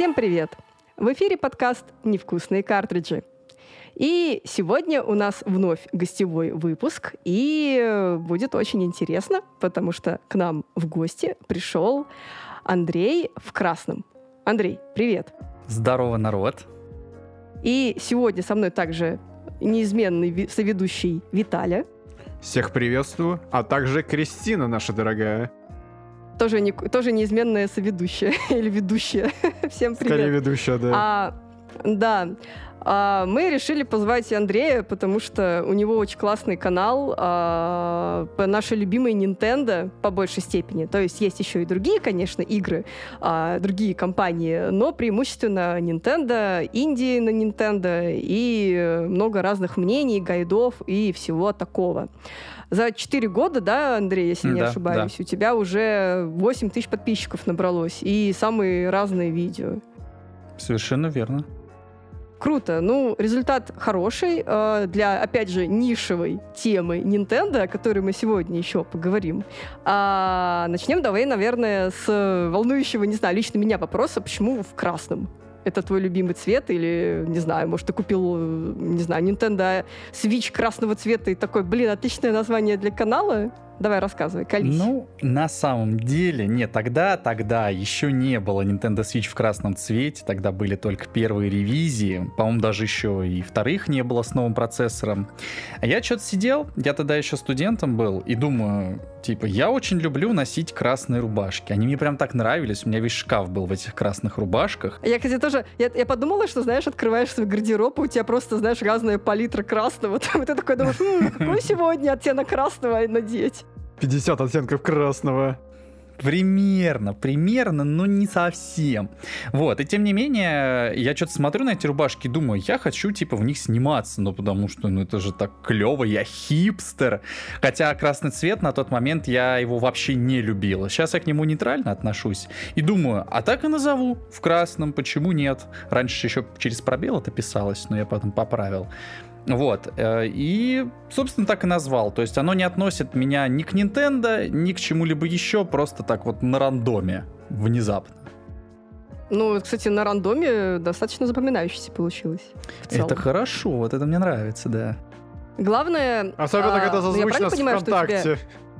Всем привет! В эфире подкаст «Невкусные картриджи». И сегодня у нас вновь гостевой выпуск, и будет очень интересно, потому что к нам в гости пришел Андрей в красном. Андрей, привет! Здорово, народ! И сегодня со мной также неизменный соведущий Виталя. Всех приветствую, а также Кристина, наша дорогая. Тоже неизменная соведущая или ведущая. Всем привет. Скорее ведущая, да. Мы решили позвать Андрея, потому что у него очень классный канал по нашей любимой Nintendo по большей степени. То есть есть еще и другие, конечно, игры, другие компании, но преимущественно Nintendo, инди на Nintendo и много разных мнений, гайдов и всего такого. За 4 года, да, Андрей, если не ошибаюсь, у тебя уже 8 тысяч подписчиков набралось и самые разные видео. Совершенно верно. Круто. Ну, результат хороший для, опять же, нишевой темы Nintendo, о которой мы сегодня еще поговорим. Начнем давай, наверное, с волнующего, не знаю, лично меня вопроса, почему в красном? Это твой любимый цвет или, не знаю, может, ты купил, не знаю, Nintendo Switch красного цвета и такой, отличное название для канала? Давай, рассказывай, колись. Ну, на самом деле, нет, тогда еще не было Nintendo Switch в красном цвете, тогда были только первые ревизии, по-моему, даже еще и вторых не было с новым процессором. А я что-то сидел, я тогда еще студентом был, и думаю, я очень люблю носить красные рубашки, они мне прям так нравились, у меня весь шкаф был в этих красных рубашках. Я, кстати, тоже, я подумала, что, знаешь, открываешь свой гардероб, и у тебя просто, знаешь, разная палитра красного, и ты такой думаешь, какой сегодня оттенок красного надеть? 50 оттенков красного. Примерно, но не совсем. Вот, и тем не менее, я что-то смотрю на эти рубашки и думаю, я хочу, в них сниматься, потому что, это же так клево, я хипстер. Хотя красный цвет на тот момент я его вообще не любил. Сейчас я к нему нейтрально отношусь. И думаю, а так и назову в красном, почему нет? Раньше еще через пробел это писалось, но я потом поправил. Вот, и, собственно, так и назвал. То есть оно не относит меня ни к Nintendo, ни к чему-либо еще, просто так вот на рандоме, внезапно. Ну, кстати, на рандоме достаточно запоминающееся получилось. Это хорошо, вот это мне нравится, да. Главное... Особенно, когда зазвучно с ВКонтакте.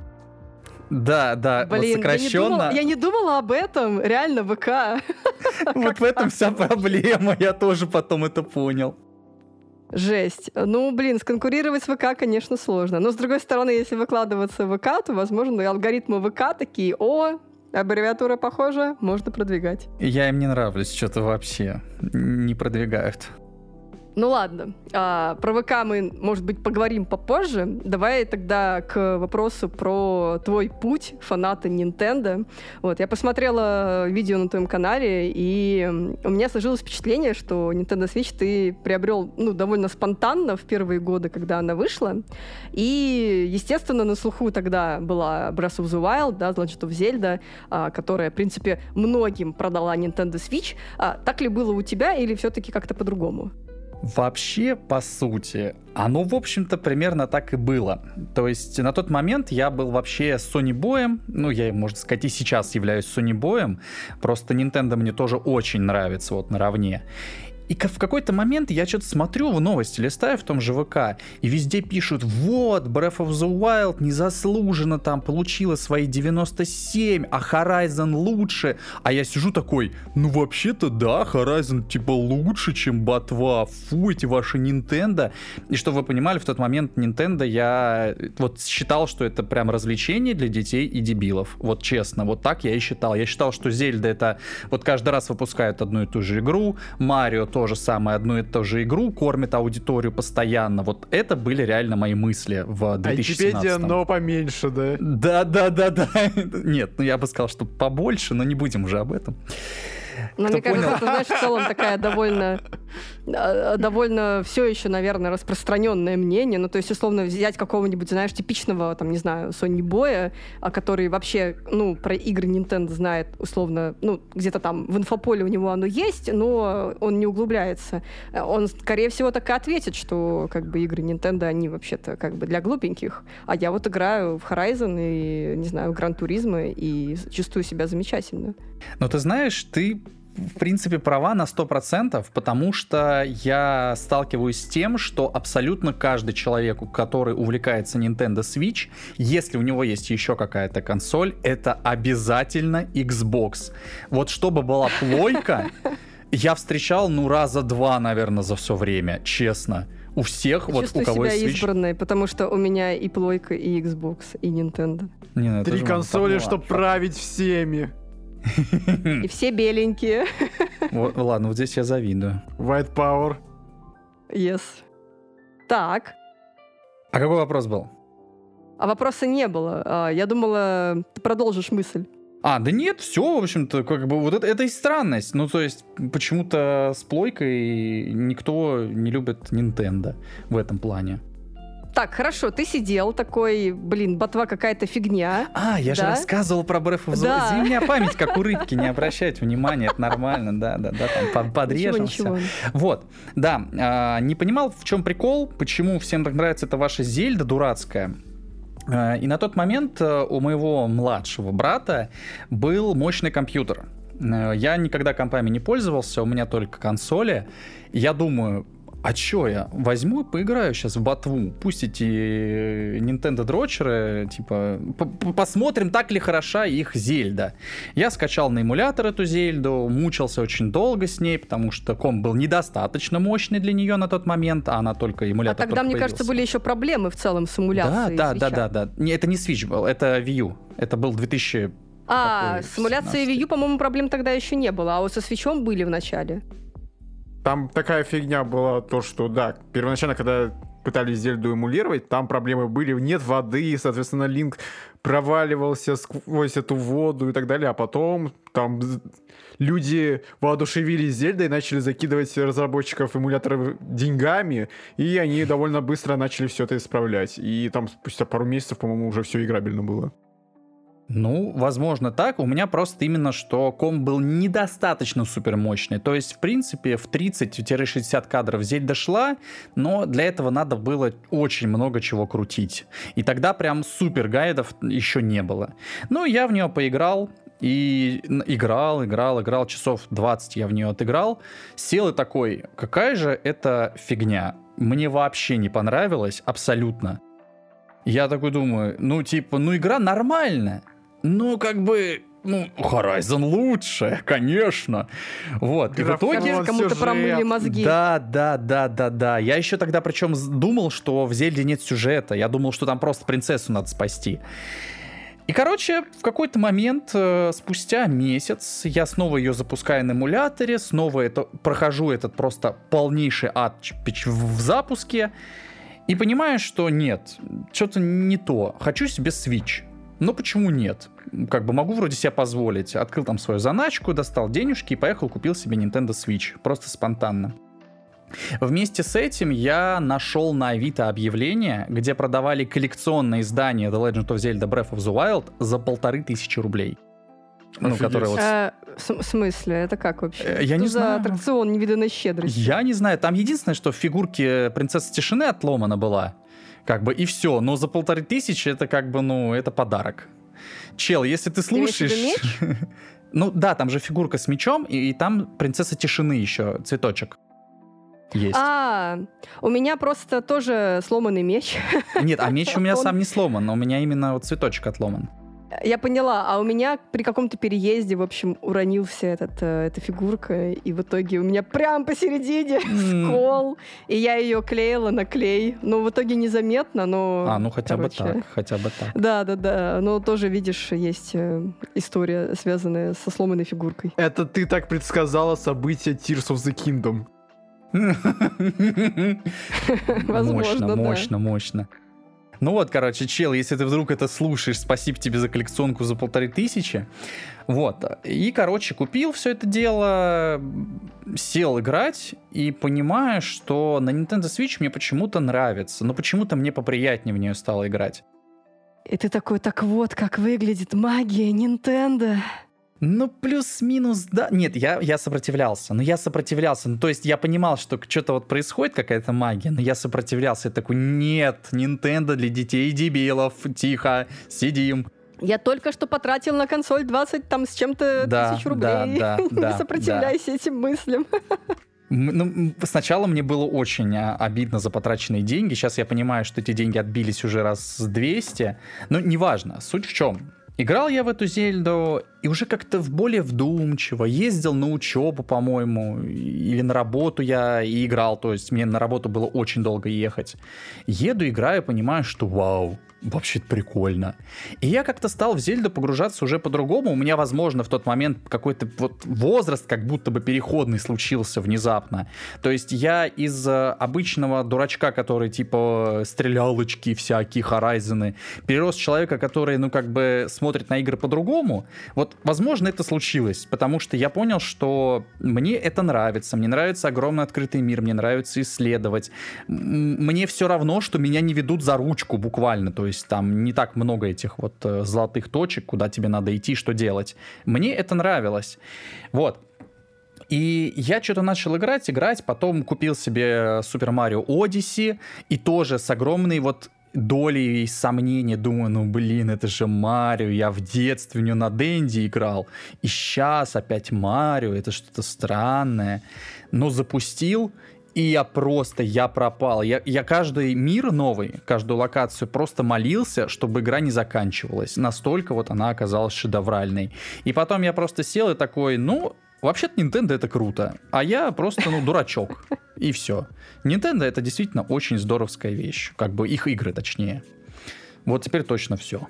Да, вот сокращенно. Я не думала об этом, реально, ВК. Вот в этом вся проблема, я тоже потом это понял. Жесть. Сконкурировать с ВК, конечно, сложно. Но, с другой стороны, если выкладываться в ВК, то, возможно, и алгоритмы ВК такие, аббревиатура похожа, можно продвигать. Я им не нравлюсь, что-то вообще не продвигают. Ну ладно, про ВК мы, может быть, поговорим попозже. Давай тогда к вопросу про твой путь фаната Nintendo. Вот, я посмотрела видео на твоем канале, и у меня сложилось впечатление, что Nintendo Switch ты приобрел, довольно спонтанно в первые годы, когда она вышла. И, естественно, на слуху тогда была Breath of the Wild, да, Legend of Zelda, которая, в принципе, многим продала Nintendo Switch. Так ли было у тебя или все-таки как-то по-другому? Вообще, по сути, оно, в общем-то, примерно так и было. То есть на тот момент я был вообще Sony-боем, я, можно сказать, и сейчас являюсь Sony-боем, просто Nintendo мне тоже очень нравится, вот наравне. И в какой-то момент я что-то смотрю в новости, листаю в том же ВК, и везде пишут, вот, Breath of the Wild незаслуженно там получила свои 97, а Horizon лучше. А я сижу такой, вообще-то да, Horizon лучше, чем ботва, фу, эти ваши Nintendo. И чтобы вы понимали, в тот момент Nintendo я вот считал, что это прям развлечение для детей и дебилов. Вот честно, вот так я и считал. Я считал, что Зельда это вот каждый раз выпускают одну и ту же игру, Марио то же самое, одну и ту же игру, кормит аудиторию постоянно. Вот это были реально мои мысли в 2017. Википедия, но поменьше, да? Да. Нет, я бы сказал, что побольше, но не будем уже об этом. Мне кажется, это, знаешь, в целом такая довольно все еще, наверное, распространенное мнение. То есть, условно, взять какого-нибудь, знаешь, типичного, Sony-боя, который вообще, про игры Nintendo знает, условно, где-то там в инфополе у него оно есть, но он не углубляется. Он, скорее всего, так и ответит, что, игры Nintendo, они вообще-то, для глупеньких. А я вот играю в Horizon и, не знаю, в Gran Turismo и чувствую себя замечательно. Но ты знаешь, ты в принципе, права на 100%, потому что я сталкиваюсь с тем, что абсолютно каждый человек, который увлекается Nintendo Switch, если у него есть еще какая-то консоль, это обязательно Xbox. Вот чтобы была плойка, я встречал, раза 2, наверное, за все время, честно. У всех, вот у кого есть Switch... Чувствую себя избранной, потому что у меня и плойка, и Xbox, и Nintendo. 3 консоли, чтобы править всеми. И все беленькие. Ладно, вот здесь я завидую. White Power. Yes. Так. А какой вопрос был? А вопроса не было. Я думала, ты продолжишь мысль. Да нет, все, в общем-то, как бы вот это и странность. Ну, то есть, почему-то с плойкой никто не любит Nintendo в этом плане. Так, хорошо, ты сидел такой, ботва какая-то фигня. Я же рассказывал про Breath of the Wild. Да. У меня память как у рыбки, не обращайте внимания, это нормально, да, там подрежемся. Ничего. Вот, да, не понимал, в чем прикол, почему всем так нравится эта ваша Зельда дурацкая. И на тот момент у моего младшего брата был мощный компьютер. Я никогда компами не пользовался, у меня только консоли. Я думаю, а чё я возьму и поиграю сейчас в ботву? Пусть эти Nintendo дрочеры, типа, посмотрим, так ли хороша их Зельда. Я скачал на эмулятор эту Зельду, мучился очень долго с ней, потому что комп был недостаточно мощный для нее на тот момент, а она только эмулятор. А тогда, мне кажется, были еще проблемы в целом с эмуляцией. Да. Это не Switch был, это Wii U. Это был 2000... с эмуляцией Wii U, по-моему, проблем тогда еще не было, а вот со Switch'ом были в начале. Там такая фигня была, то что, первоначально, когда пытались Зельду эмулировать, там проблемы были, нет воды, соответственно, Линк проваливался сквозь эту воду и так далее, а потом там люди воодушевились Зельдой и начали закидывать разработчиков эмуляторов деньгами, и они довольно быстро начали все это исправлять. И там спустя пару месяцев, по-моему, уже все играбельно было. Возможно так. У меня просто именно, что комп был недостаточно супермощный. То есть, в принципе, в 30-60 кадров Зельда шла, но для этого надо было очень много чего крутить. И тогда прям супер гайдов еще не было. Я в нее поиграл. И играл, часов 20 я в нее отыграл. Сел и такой, какая же это фигня. Мне вообще не понравилось, абсолютно. Я такой думаю, игра нормальная. Horizon лучше, конечно. Вот. И в итоге... Кому-то промыли мозги. Да. Я еще тогда причем думал, что в Зельде нет сюжета. Я думал, что там просто принцессу надо спасти. И, в какой-то момент, спустя месяц, я снова ее запускаю на эмуляторе, снова прохожу этот просто полнейший ад в запуске, и понимаю, что нет, что-то не то. Хочу себе Switch. Но почему нет? Могу вроде себе позволить. Открыл там свою заначку, достал денежки и поехал, купил себе Nintendo Switch. Просто спонтанно. Вместе с этим я нашел на Авито объявление, где продавали коллекционное издание The Legend of Zelda Breath of the Wild за 1500 рублей. В смысле? Это как вообще? Я не знаю. За аттракцион невиданной щедрости? Я не знаю. Там единственное, что в фигурке принцессы Тишины отломана была. И все. Но за 1500 это это подарок. Чел, если ты слушаешь... там же фигурка с мечом, и там принцесса Тишины еще, цветочек. Есть. У меня просто тоже сломанный меч. Нет, меч у меня сам не сломан, но у меня именно цветочек отломан. Я поняла, а у меня при каком-то переезде, в общем, уронился эта фигурка, и в итоге у меня прям посередине скол, и я ее клеила на клей. В итоге незаметно, но... хотя бы так. Да, но тоже, видишь, есть история, связанная со сломанной фигуркой. Это ты так предсказала события Tears of the Kingdom. Возможно, мощно. Чел, если ты вдруг это слушаешь, спасибо тебе за коллекционку за 1500. Вот. И, купил все это дело, сел играть и понимаю, что на Nintendo Switch мне почему-то нравится, но почему-то мне поприятнее в нее стало играть. И ты такой, так вот, как выглядит магия Nintendo. Плюс-минус, да. Нет, я сопротивлялся. То есть я понимал, что что-то происходит, какая-то магия, но я сопротивлялся. Я такой, нет, Nintendo для детей и дебилов, тихо, сидим. Я только что потратил на консоль 20 там с чем-то тысяч рублей. Не сопротивляйся этим мыслям. Ну, сначала мне было очень обидно за потраченные деньги. Сейчас я понимаю, что эти деньги отбились уже раз 200. Но неважно. Суть в чем? Играл я в эту Зельду и уже как-то более вдумчиво. Ездил на учебу, по-моему, или на работу я и играл. То есть мне на работу было очень долго ехать. Еду, играю, понимаю, что вау, вообще-то прикольно. И я как-то стал в Зельду погружаться уже по-другому. У меня, возможно, в тот момент какой-то вот возраст как будто бы переходный случился внезапно. То есть я из обычного дурачка, который типа стрелялочки всякие, Horizon, перерос в человека, который, ну, как бы смотрит на игры по-другому. Вот, возможно, это случилось, потому что я понял, что мне это нравится. Мне нравится огромный открытый мир, мне нравится исследовать. Мне все равно, что меня не ведут за ручку буквально. То есть там не так много этих вот золотых точек, куда тебе надо идти, что делать. Мне это нравилось. Вот. И я что-то начал играть, потом купил себе Super Mario Odyssey, и тоже с огромной вот долей сомнений, думаю, ну блин, это же Марио, я в детстве в него на Денди играл, и сейчас опять Марио, это что-то странное. Но запустил, и я пропал. Я каждый мир новый, каждую локацию просто молился, чтобы игра не заканчивалась. Настолько вот она оказалась шедевральной. И потом я просто сел и такой, ну, вообще-то Nintendo это круто, а я просто, ну, дурачок. И все. Nintendo это действительно очень здоровская вещь. Как бы их игры, точнее. Вот теперь точно все.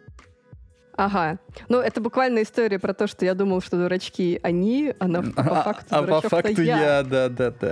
Ага. Ну, это буквально история про то, что я думал, что дурачки они, по факту по факту я, да.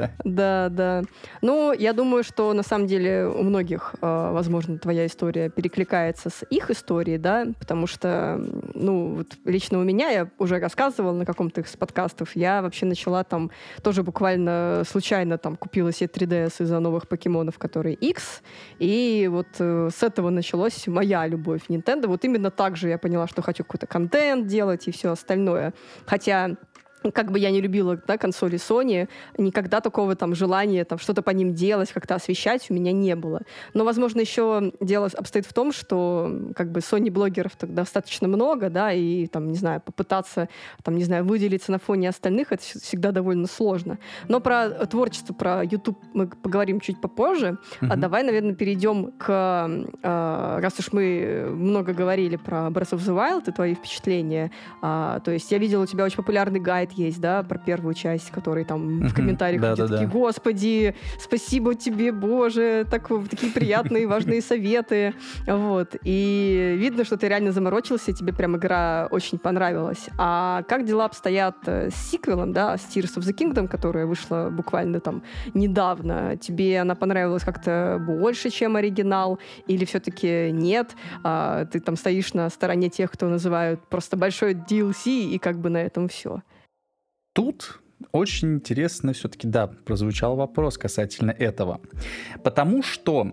Да. Ну, я думаю, что на самом деле у многих, возможно, твоя история перекликается с их историей, да, потому что, ну, вот лично у меня, я уже рассказывала на каком-то из подкастов, я вообще начала там, тоже буквально случайно там купила себе 3DS из-за новых покемонов, которые X, и вот с этого началась моя любовь к Nintendo. Вот именно так же я поняла, что хочу какой-то контент делать и все остальное. Хотя как бы я не любила, да, консоли Sony, никогда такого там желания там что-то по ним делать, как-то освещать у меня не было. Но, возможно, еще дело обстоит в том, что как бы Sony-блогеров достаточно много, да, и там, не знаю, попытаться, там, не знаю, выделиться на фоне остальных, это всегда довольно сложно. Но про творчество, про YouTube мы поговорим чуть попозже. А давай, наверное, перейдем к... раз уж мы много говорили про Breath of the Wild и твои впечатления, то есть я видела у тебя очень популярный гайд есть, да, про первую часть, который там в комментариях люди такие, господи, спасибо тебе, боже, такие приятные, важные советы, вот, и видно, что ты реально заморочился, и тебе прям игра очень понравилась. А как дела обстоят с сиквелом, да, с Tears of the Kingdom, которая вышла буквально там недавно? Тебе она понравилась как-то больше, чем оригинал, или все-таки нет? Ты там стоишь на стороне тех, кто называют просто большой DLC, и как бы на этом все? Тут очень интересно все-таки, да, прозвучал вопрос касательно этого. Потому что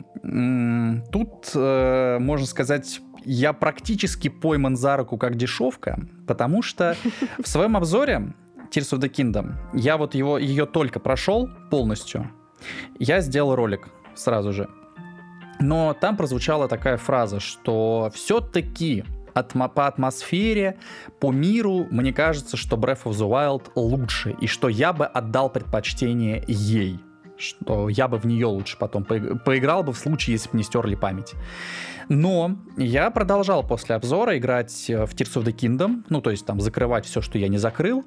тут, можно сказать, я практически пойман за руку как дешевка, потому что в своем обзоре Tears of the Kingdom я вот ее только прошел полностью, я сделал ролик сразу же. Но там прозвучала такая фраза, что все-таки... по атмосфере, по миру, мне кажется, что Breath of the Wild лучше, и что я бы отдал предпочтение ей, что я бы в нее лучше потом поиграл бы в случае, если бы не стерли память. Но я продолжал после обзора играть в Tears of the Kingdom, ну, то есть там закрывать все, что я не закрыл,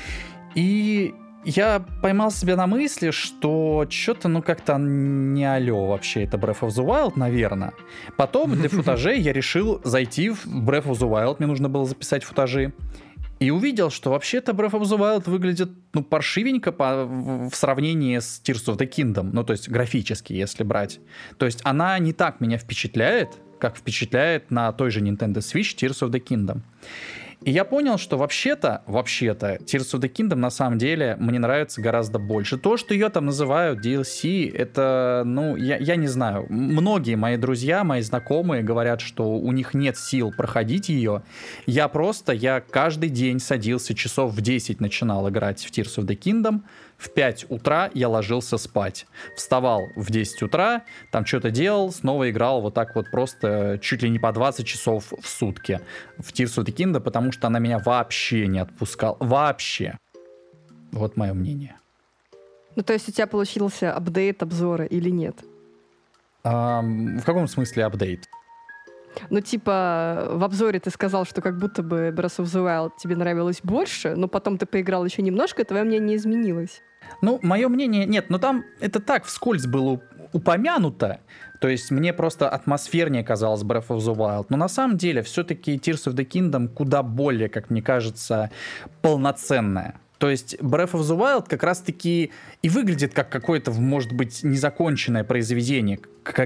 и я поймал себя на мысли, что что-то, ну, как-то не алё вообще это Breath of the Wild, наверное. Потом для футажей я решил зайти в Breath of the Wild, мне нужно было записать футажи, и увидел, что вообще-то Breath of the Wild выглядит, ну, паршивенько в сравнении с Tears of the Kingdom, ну, то есть графически, если брать. То есть она не так меня впечатляет, как впечатляет на той же Nintendo Switch Tears of the Kingdom. И я понял, что вообще-то Tears of the Kingdom на самом деле мне нравится гораздо больше. То, что ее там называют DLC, это, ну, я не знаю. Многие мои друзья, мои знакомые говорят, что у них нет сил проходить ее. Я каждый день садился, часов в 10 начинал играть в Tears of the Kingdom. в 5 утра я ложился спать. Вставал в 10 утра, там что-то делал, снова играл вот так вот просто чуть ли не по 20 часов в сутки в Tears of the Kingdom, потому что она меня вообще не отпускала. Вообще. Вот мое мнение. Ну, то есть у тебя получился апдейт обзора или нет? В каком смысле апдейт? Ну, типа, в обзоре ты сказал, что как будто бы Breath of the Wild тебе нравилось больше, но потом ты поиграл еще немножко, и твое мнение изменилось. Ну, мое мнение, нет, но там это так вскользь было упомянуто, то есть мне просто атмосфернее казалось Breath of the Wild, но на самом деле все-таки Tears of the Kingdom куда более, как мне кажется, полноценная. То есть Breath of the Wild как раз-таки и выглядит как какое-то, может быть, незаконченное произведение,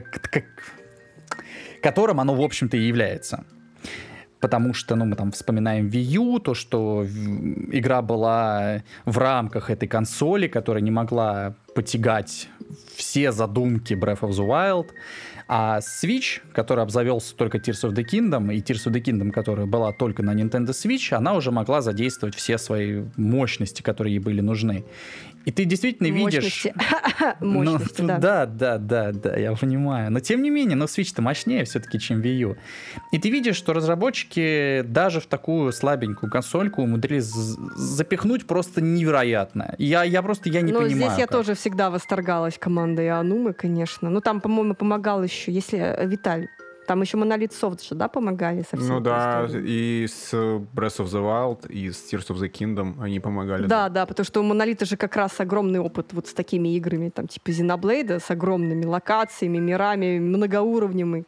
которым оно, в общем-то, и является. Потому что, мы там вспоминаем Wii U, то, что игра была в рамках этой консоли, которая не могла потягать все задумки Breath of the Wild. А Switch, который обзавелся только Tears of the Kingdom, и Tears of the Kingdom, которая была только на Nintendo Switch, она уже могла задействовать все свои мощности, которые ей были нужны. И ты действительно видишь... Мощности, да. Да, я понимаю. Но тем не менее, Switch-то мощнее все-таки, чем Wii U. И ты видишь, что разработчики даже в такую слабенькую консольку умудрились запихнуть просто невероятно. Я не понимаю. Здесь я тоже всегда восторгалась командой Анумы, конечно. Ну, там, по-моему, помогал еще, если Виталь... Там еще Monolith Soft же, да, помогали со всей Ну да, историей? и с Breath of the Wild, и с Tears of the Kingdom они помогали. Да, потому что у Monolith же как раз огромный опыт вот с такими играми, там типа Xenoblade, с огромными локациями, мирами, многоуровневыми,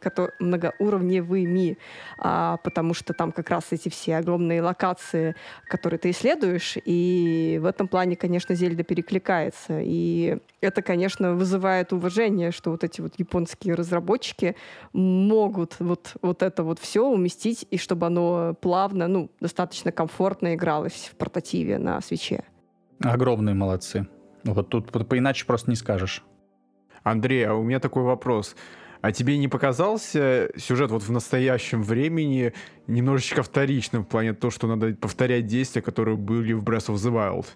потому что там как раз эти все огромные локации, которые ты исследуешь, и в этом плане, конечно, Зельда перекликается. И это, конечно, вызывает уважение, что вот эти вот японские разработчики могут вот это вот все уместить, и чтобы оно плавно, достаточно комфортно игралось в портативе на Switch'е. Огромные молодцы. Вот тут поиначе просто не скажешь. Андрей, а у меня такой вопрос. А тебе не показался сюжет вот в настоящем времени немножечко вторичным в плане того, что надо повторять действия, которые были в Breath of the Wild?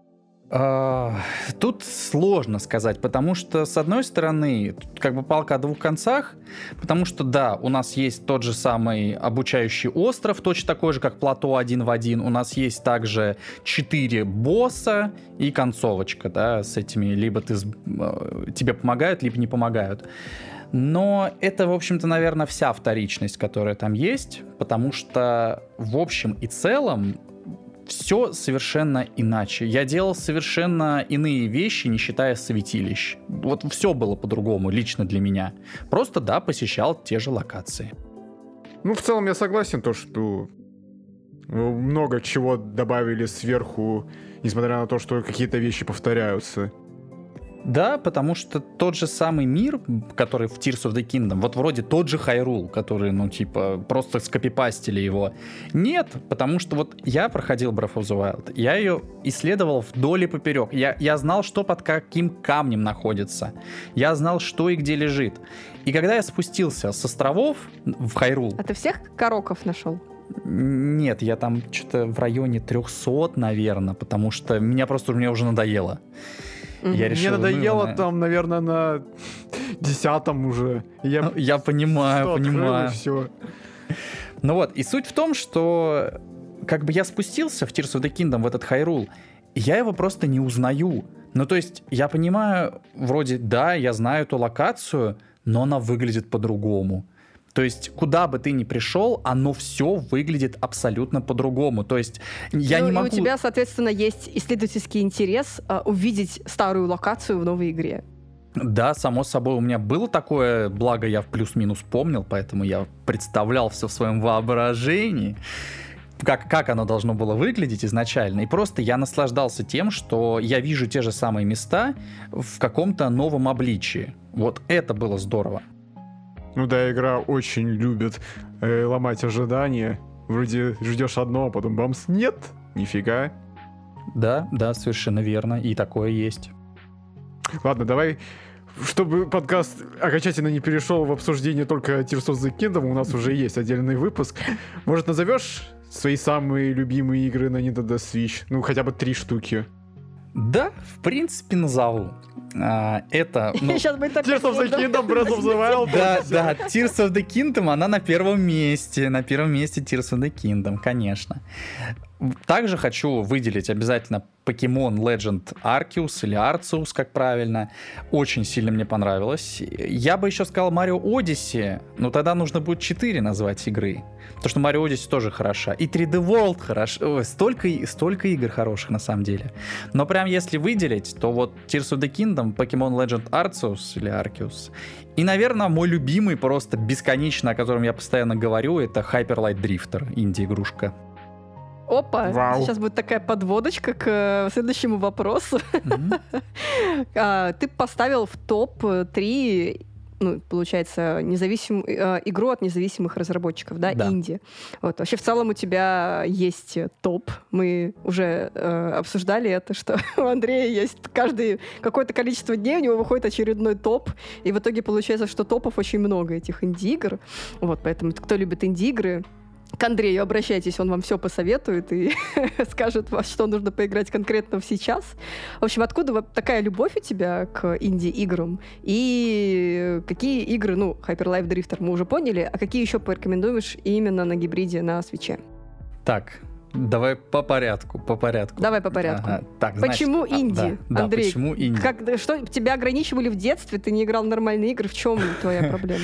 Тут сложно сказать, потому что, с одной стороны, тут как бы палка о двух концах, потому что, да, у нас есть тот же самый обучающий остров, точно такой же, как плато 1 в 1, у нас есть также 4 босса и концовочка, да, с этими, либо тебе помогают, либо не помогают. Но это, в общем-то, наверное, вся вторичность, которая там есть, потому что, в общем и целом, все совершенно иначе. Я делал совершенно иные вещи, не считая святилищ. Вот все было по-другому, лично для меня. Просто, да, посещал те же локации. Ну, в целом я согласен, то, что много чего добавили сверху, несмотря на то, что какие-то вещи повторяются. Да, потому что тот же самый мир, который в Tears of the Kingdom, вот вроде тот же Хайрул, который, просто скопипастили его. Нет, потому что вот я проходил Breath of the Wild, я ее исследовал вдоль и поперек. Я знал, что под каким камнем находится. Я знал, что и где лежит. И когда я спустился с островов в Хайрул... А ты всех короков нашел? Нет, я там что-то в районе 300, наверное, потому что мне уже надоело. Я решил, мне надоело там, наверное, на 10-м уже. Я понимаю. Все. Ну вот, и суть в том, что как бы я спустился в Tears of the Kingdom, в этот Хайрул, и я его просто не узнаю. Ну, то есть, я понимаю, вроде, да, я знаю эту локацию, но она выглядит по-другому. То есть, куда бы ты ни пришел, оно все выглядит абсолютно по-другому. То есть, я не могу... И у тебя, соответственно, есть исследовательский интерес увидеть старую локацию в новой игре. Да, само собой, у меня было такое, благо я плюс-минус помнил, поэтому я представлял все в своем воображении, как оно должно было выглядеть изначально. И просто я наслаждался тем, что я вижу те же самые места в каком-то новом обличии. Вот это было здорово. Ну да, игра очень любит ломать ожидания. Вроде ждешь одно, а потом бамс. Нет, нифига. Да, совершенно верно. И такое есть. Ладно, давай, чтобы подкаст окончательно не перешел в обсуждение только Tears of the Kingdom, у нас уже есть отдельный выпуск. Может, назовешь свои самые любимые игры на Nintendo Switch? Ну, хотя бы 3 штуки. Да, в принципе, назову. Это... Сейчас будет такой Tears of the Kingdom, Breath of the Wild. Да, Tears of the Kingdom, она на первом месте. На первом месте Tears of the Kingdom, конечно. Также хочу выделить обязательно Pokemon Legend Arceus или Arceus, как правильно. Очень сильно мне понравилось. Я бы еще сказал Mario Odyssey, но тогда нужно будет 4 назвать игры. Потому что Mario Odyssey тоже хороша. И 3D World хороша. Ой, столько игр хороших на самом деле. Но прям если выделить, то вот Tears of the Kingdom, Pokemon Legend Arceus или Arceus. И, наверное, мой любимый, просто бесконечно, о котором я постоянно говорю, это Hyper Light Drifter, инди-игрушка. Опа, Вау. сейчас будет такая подводочка к следующему вопросу. Ты поставил в топ-3, ну, получается, игру от независимых разработчиков, да, инди. Вот. Вообще, в целом у тебя есть топ. Мы уже обсуждали это, что у Андрея есть какое-то количество дней, у него выходит очередной топ, и в итоге получается, что топов очень много этих инди-игр. Вот, поэтому кто любит инди-игры, к Андрею обращайтесь, он вам все посоветует и скажет, во что нужно поиграть конкретно сейчас. В общем, откуда такая любовь у тебя к инди-играм? И какие игры, ну, Hyper Light Drifter мы уже поняли, а какие еще порекомендуешь именно на гибриде на Switch'е? Так, давай по порядку. Давай по порядку. Ага. Так, значит, почему инди, да, Андрей? Почему инди? Что тебя ограничивали в детстве? Ты не играл в нормальные игры? В чем твоя проблема?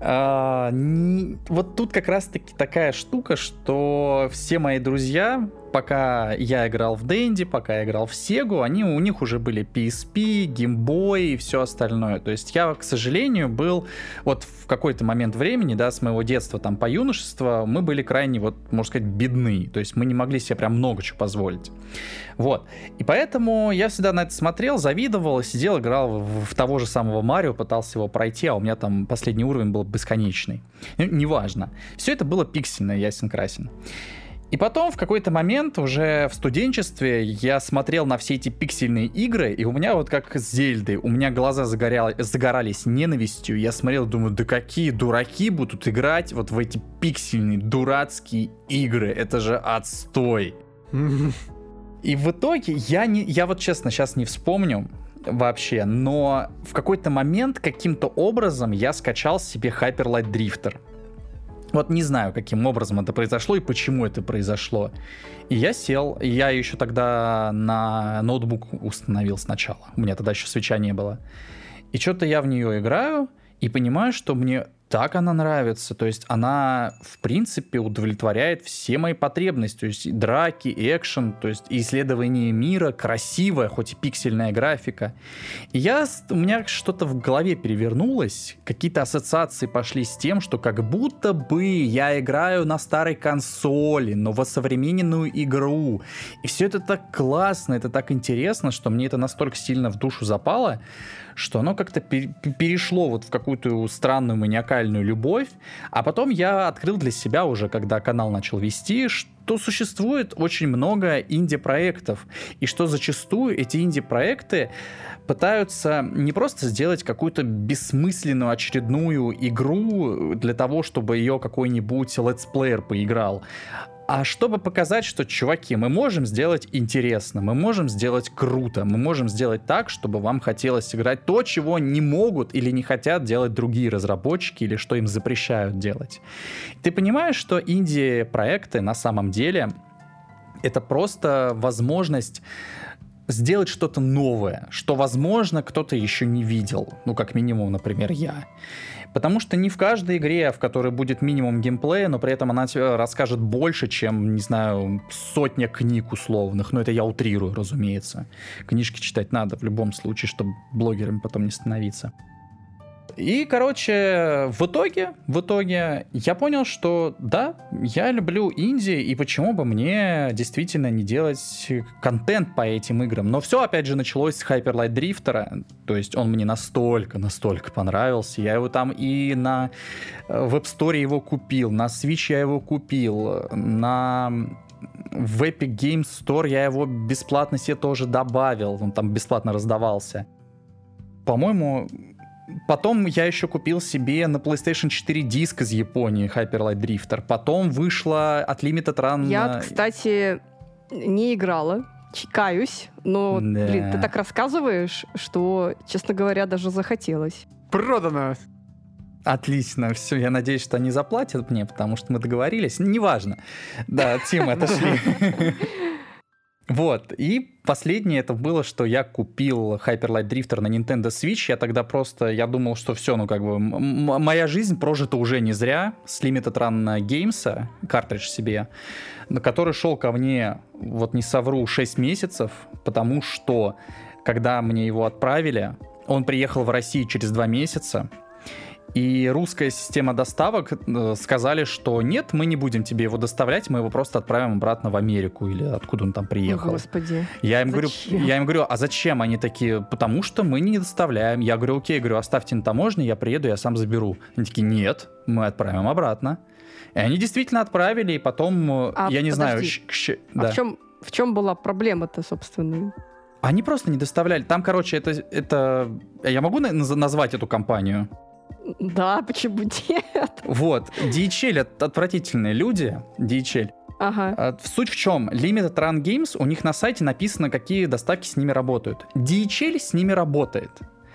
Вот тут как раз-таки такая штука, что все мои друзья, пока я играл в Денди, пока я играл в Сегу, у них уже были PSP, Game Boy и все остальное. То есть я, к сожалению, был вот в какой-то момент времени, да, с моего детства, там, по юношества, мы были крайне, вот, можно сказать, бедны. То есть мы не могли себе прям много чего позволить. Вот. И поэтому я всегда на это смотрел, завидовал, сидел, играл в того же самого Марио, пытался его пройти, а у меня там последний уровень был бесконечный. Неважно. Все это было пиксельно, ясен-красен. И потом в какой-то момент уже в студенчестве я смотрел на все эти пиксельные игры, и у меня вот как с Зельдой, у меня глаза загорались ненавистью. Я смотрел, думаю, да какие дураки будут играть вот в эти пиксельные дурацкие игры. Это же отстой. И в итоге я вот честно сейчас не вспомню вообще, но в какой-то момент каким-то образом я скачал себе Hyper Light Drifter. Вот не знаю, каким образом это произошло и почему это произошло. И я сел, я еще тогда на ноутбук установил сначала. У меня тогда еще свитча не было. И что-то я в нее играю и понимаю, что мне так она нравится. То есть она, в принципе, удовлетворяет все мои потребности. То есть драки, экшен, то есть исследование мира, красивая, хоть и пиксельная графика. И у меня что-то в голове перевернулось. Какие-то ассоциации пошли с тем, что как будто бы я играю на старой консоли, но в осовремененную игру. И все это так классно, это так интересно, что мне это настолько сильно в душу запало, что оно как-то перешло вот в какую-то странную маниакальную любовь. А потом я открыл для себя уже, когда канал начал вести, что существует очень много инди-проектов. И что зачастую эти инди-проекты пытаются не просто сделать какую-то бессмысленную очередную игру для того, чтобы ее какой-нибудь летсплеер поиграл, а чтобы показать, что, чуваки, мы можем сделать интересно, мы можем сделать круто, мы можем сделать так, чтобы вам хотелось играть то, чего не могут или не хотят делать другие разработчики, или что им запрещают делать. Ты понимаешь, что инди-проекты на самом деле это просто возможность сделать что-то новое, что, возможно, кто-то еще не видел. Ну, как минимум, например, я. Потому что не в каждой игре, в которой будет минимум геймплея, но при этом она тебе расскажет больше, чем, не знаю, сотня книг условных. Но это я утрирую, разумеется. Книжки читать надо в любом случае, чтобы блогерами потом не становиться. И, короче, в итоге я понял, что да, я люблю инди, и почему бы мне действительно не делать контент по этим играм. Но все, опять же, началось с Hyper Light Drifter, то есть он мне настолько понравился. Я его там и на Web Store его купил, на Switch я его купил, в Epic Games Store я его бесплатно себе тоже добавил, он там бесплатно раздавался. По-моему... Потом я еще купил себе на PlayStation 4 диск из Японии Hyper Light Drifter. Потом вышла от Limited Run... Я, кстати, не играла каюсь, но, блин, ты так рассказываешь, что, честно говоря, даже захотелось. Продано! Отлично, все, я надеюсь, что они заплатят мне, потому что мы договорились. Неважно. Да, от темы отошли. Вот, и последнее это было, что я купил Hyper Light Drifter на Nintendo Switch. Я думал, что все, моя жизнь прожита уже не зря. С Limited Run Games, картридж себе, который шел ко мне, вот не совру, 6 месяцев, потому что, когда мне его отправили, он приехал в Россию через 2 месяца, и русская система доставок сказали, что нет, мы не будем тебе его доставлять, мы его просто отправим обратно в Америку, или откуда он там приехал. О, Господи. Я им говорю, а зачем? Они такие, потому что мы не доставляем. Я говорю, окей, оставьте на таможне, я приеду, я сам заберу. Они такие, нет, мы отправим обратно. И они действительно отправили, и потом, я не знаю... Да. В чем была проблема-то, собственно? Они просто не доставляли. Там, короче, это... Я могу назвать эту компанию? Да, почему нет? Вот, DHL — отвратительные люди, DHL. Ага. Суть в чем? Limited Run Games, у них на сайте написано, какие доставки с ними работают. DHL с ними работает.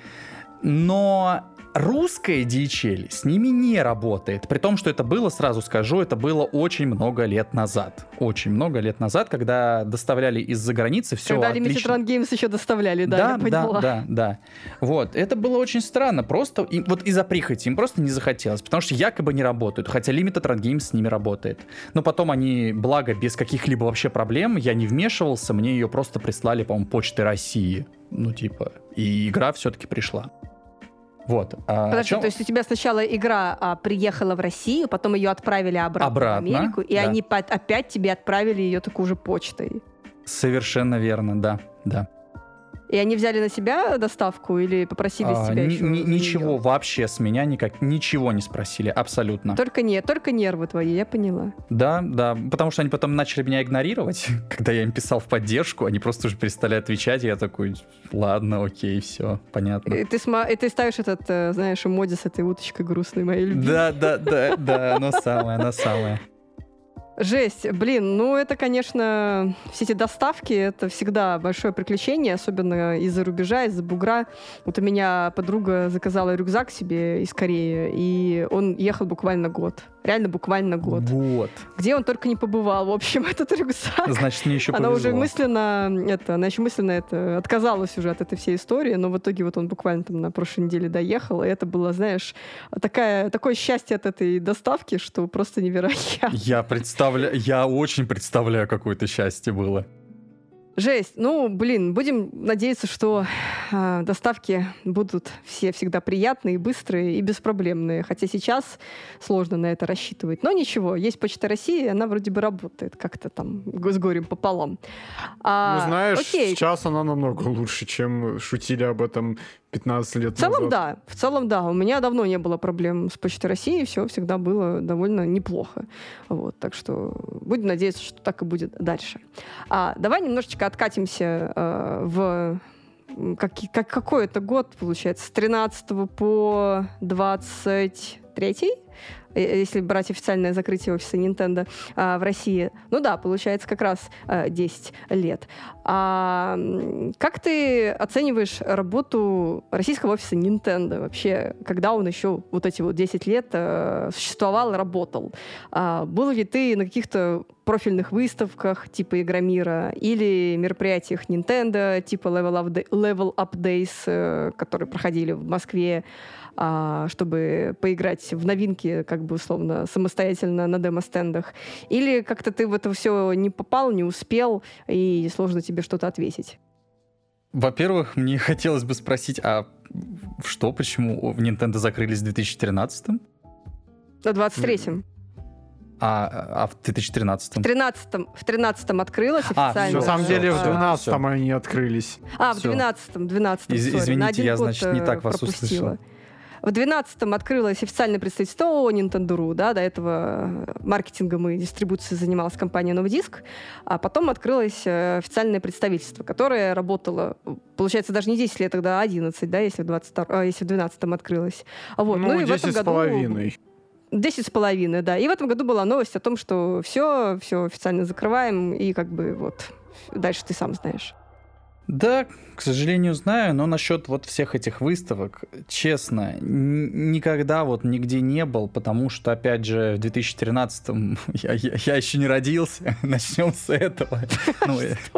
Но русская DHL с ними не работает. При том, что это было, сразу скажу, это было очень много лет назад. Очень много лет назад, когда доставляли из-за границы, все когда отлично. Limited Run Games еще доставляли, да, я поняла. Да. Вот, это было очень странно. Просто, вот из-за прихоти, им просто не захотелось, потому что якобы не работают, хотя Limited Run Games с ними работает. Но потом они, благо, без каких-либо вообще проблем, я не вмешивался, мне ее просто прислали, по-моему, Почтой России. И игра все-таки пришла. Вот. Подожди, то есть у тебя сначала игра приехала в Россию, потом ее отправили обратно в Америку, и они опять тебе отправили ее такой же почтой? Совершенно верно, да. И они взяли на себя доставку или попросили с тебя еще? Ничего, вообще с меня ничего не спросили, абсолютно. Только нервы твои, я поняла. Да, потому что они потом начали меня игнорировать, когда я им писал в поддержку, они просто уже перестали отвечать, и я такой, ладно, окей, все, понятно. И ты ставишь этот, знаешь, эмодзи с этой уточкой грустной, моей любимой. Да, оно самое. Жесть, блин, это, конечно, все эти доставки, это всегда большое приключение, особенно из-за рубежа, из-за бугра. Вот у меня подруга заказала рюкзак себе из Кореи, и он ехал буквально год. Реально буквально год. Вот. Где он только не побывал, в общем, этот рюкзак. Значит, мне еще повезло. Она еще мысленно отказалась уже от этой всей истории, но в итоге вот он буквально там на прошлой неделе доехал, и это было, знаешь, такое счастье от этой доставки, что просто невероятно. Я очень представляю, какое это счастье было. Жесть. Будем надеяться, что доставки будут все всегда приятные, быстрые и беспроблемные. Хотя сейчас сложно на это рассчитывать. Но ничего, есть Почта России, она вроде бы работает как-то там с горем пополам. Сейчас она намного лучше, чем шутили об этом 15 лет назад. В целом, да. У меня давно не было проблем с Почтой России, все всегда было довольно неплохо. Вот, так что будем надеяться, что так и будет дальше. Давай немножечко откатимся в какой это год, получается, с 13 по 23, если брать официальное закрытие офиса Nintendo в России. Получается как раз 10 лет. Как ты оцениваешь работу российского офиса Nintendo вообще, когда он еще вот эти 10 лет существовал и работал? Был ли ты на каких-то профильных выставках типа Игромира или мероприятиях Nintendo типа Level Up Days, которые проходили в Москве, чтобы поиграть в новинки, условно, самостоятельно на демо-стендах? Или как-то ты в это все не попал, не успел, и сложно тебе что-то ответить? Во-первых, мне хотелось бы спросить, почему в Nintendo закрылись в 2013-м? В 23-м. В 2013-м? В 13-м открылось официально. На самом деле в 12-м они открылись. В 12-м. Извините, я, значит, не так вас услышал. В 2012-м открылось официальное представительство Nintendo.ru, до этого маркетингом и дистрибуцией занималась компания Новый Диск, а потом открылось официальное представительство, которое работало, получается, даже не 10 лет, тогда 11, если в 2012-м открылось. Вот. И 10 с половиной. 10,5, да. И в этом году была новость о том, что все официально закрываем, и дальше ты сам знаешь. Да, к сожалению, знаю, но насчет вот всех этих выставок, честно, никогда вот нигде не был, потому что, опять же, в 2013-м я еще не родился, начнем с этого. Мы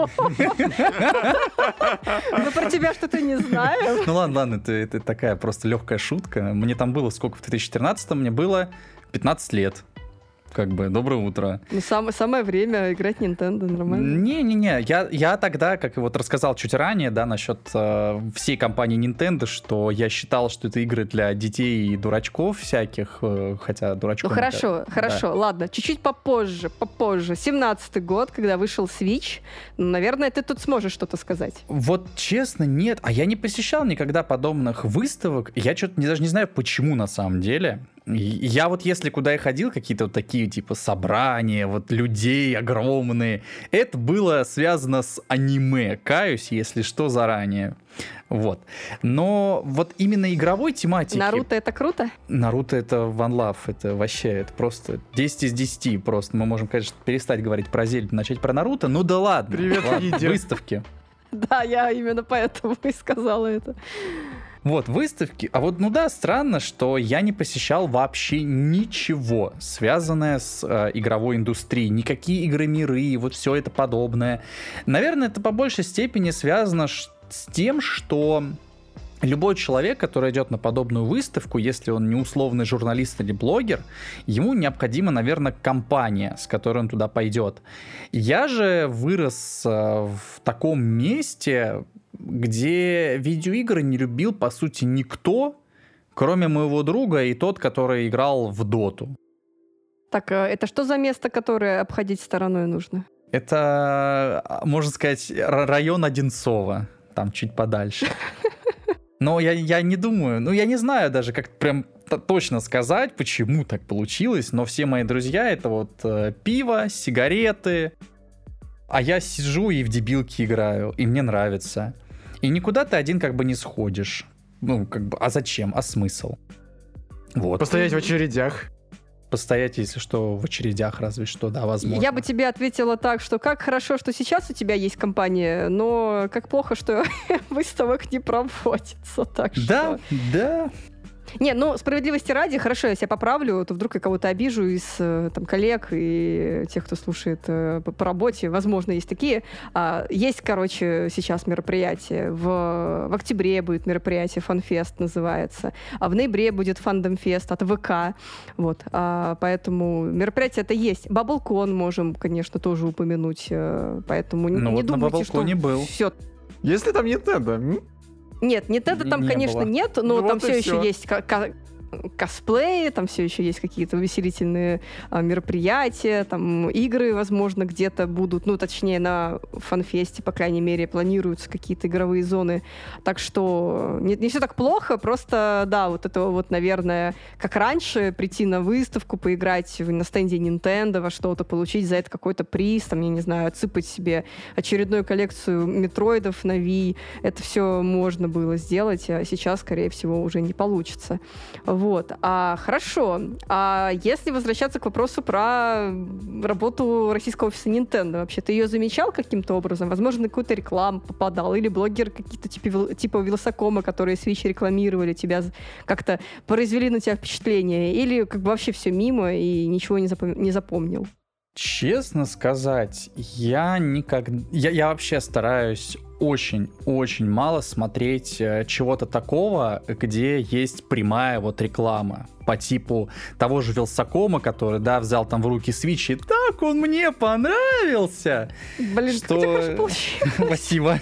про тебя что-то не знаем. Ну ладно, это такая просто легкая шутка. Мне там было сколько в 2013-м? Мне было 15 лет. Как бы, доброе утро. Ну, самое время играть Nintendo, нормально. Не-не-не, я тогда, как и вот рассказал чуть ранее, да, насчет всей компании Nintendo, что я считал, что это игры для детей и дурачков всяких, хотя дурачков... Ну хорошо, да. Ладно, чуть-чуть попозже. 17-й год, когда вышел Switch, наверное, ты тут сможешь что-то сказать. Вот честно, нет, а я не посещал никогда подобных выставок, я что-то даже не знаю, почему на самом деле. Я вот если куда я ходил, какие-то вот такие типа собрания, вот людей огромные, это было связано с аниме, каюсь, если что, заранее. Вот. Но вот именно игровой тематики... Наруто — это круто? Наруто — это One Love, это вообще, это просто 10 из 10 просто. Мы можем, конечно, перестать говорить про Зельду, начать про Наруто, ну да ладно. Привет, ладно, выставки. Да, я именно поэтому и сказала это. Вот, выставки. А вот, ну да, странно, что я не посещал вообще ничего, связанное с игровой индустрией. Никакие игромиры, вот все это подобное. Наверное, это по большей степени связано с тем, что любой человек, который идет на подобную выставку, если он не условный журналист или блогер, ему необходима, наверное, компания, с которой он туда пойдет. Я же вырос в таком месте, где видеоигры не любил, по сути, никто, кроме моего друга и тот, который играл в Доту. Так, это что за место, которое обходить стороной нужно? Это, можно сказать, район Одинцово, там чуть подальше. Но я не думаю, ну я не знаю даже, как прям точно сказать, почему так получилось, но все мои друзья — это вот пиво, сигареты, а я сижу и в дебилки играю, и мне нравится. И никуда ты один как бы не сходишь. Ну, как бы, а зачем? А смысл? Вот. Постоять в очередях. Постоять, если что, в очередях, разве что, да, возможно. Я бы тебе ответила так, что как хорошо, что сейчас у тебя есть компания, но как плохо, что выставок не проводится. Так да, что... да. Не, ну, справедливости ради, хорошо, я себя поправлю, то вдруг я кого-то обижу из там, коллег и тех, кто слушает по работе, возможно, есть такие. Есть, короче, сейчас мероприятие. В октябре будет мероприятие, FanFest называется, а в ноябре будет FandomFest от ВК. Вот, поэтому мероприятие это есть. BubbleCon можем, конечно, тоже упомянуть, поэтому ну, не вот думайте, на что был. Все. Если там Nintendo... Нет, Nintendo там, конечно, было. нет, но Ну, там вот все и еще всё. есть косплеи, там все еще есть какие-то увеселительные мероприятия, там игры, возможно, где-то будут, ну, точнее, на фанфесте, по крайней мере, планируются какие-то игровые зоны. Так что не все так плохо, просто, да, вот это вот, наверное, как раньше, прийти на выставку, поиграть на стенде Nintendo, во что-то, получить за это какой-то приз, там, я не знаю, отсыпать себе очередную коллекцию метроидов на Wii, это все можно было сделать, а сейчас, скорее всего, уже не получится. Вот. Хорошо. А если возвращаться к вопросу про работу российского офиса Nintendo, вообще, ты ее замечал каким-то образом? Возможно, на какую-то рекламу попадал? Или блогеры какие-то типа Вилсакома, которые Switch рекламировали, тебя как-то произвели на тебя впечатление? Или как бы вообще все мимо и ничего не запомнил? Честно сказать, я вообще стараюсь очень-очень мало смотреть чего-то такого, где есть прямая вот реклама. По типу того же Вилсакома, который, да, взял там в руки Switch, и так он мне понравился. Блин, что у тебя хорошо получилось. Спасибо.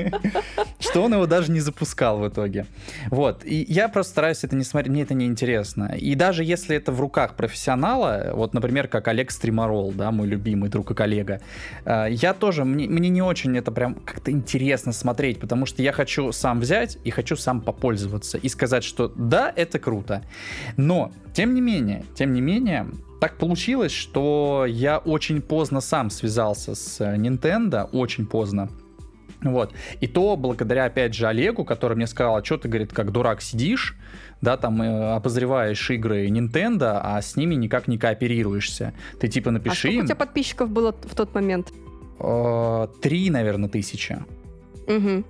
Что он его даже не запускал в итоге. Вот. И я просто стараюсь это не смотреть, мне это не интересно. И даже если это в руках профессионала, вот, например, как Олег Стриморол, да, мой любимый друг и коллега, я тоже, мне не очень это прям как-то интересно смотреть, потому что я хочу сам взять и хочу сам попользоваться и сказать, что да, это круто. Но, тем не менее, так получилось, что я очень поздно сам связался с Nintendo, очень поздно. Вот. И то благодаря, опять же, Олегу, который мне сказал, а что ты, говорит, как дурак сидишь, да, там обозреваешь игры Nintendo, а с ними никак не кооперируешься. Ты типа напиши им. А сколько у тебя подписчиков было в тот момент? 3, наверное, тысячи. Угу.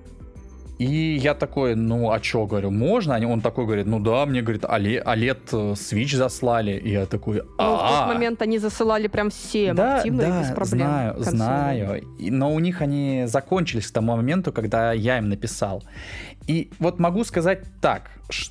И я такой, ну, а чё, говорю, можно? Он такой говорит, ну да, мне, говорит, OLED Switch заслали. И я такой, Ну, в тот момент они засылали прям всем активно и без проблем. Знаю. Но у них они закончились к тому моменту, когда я им написал. И вот могу сказать так,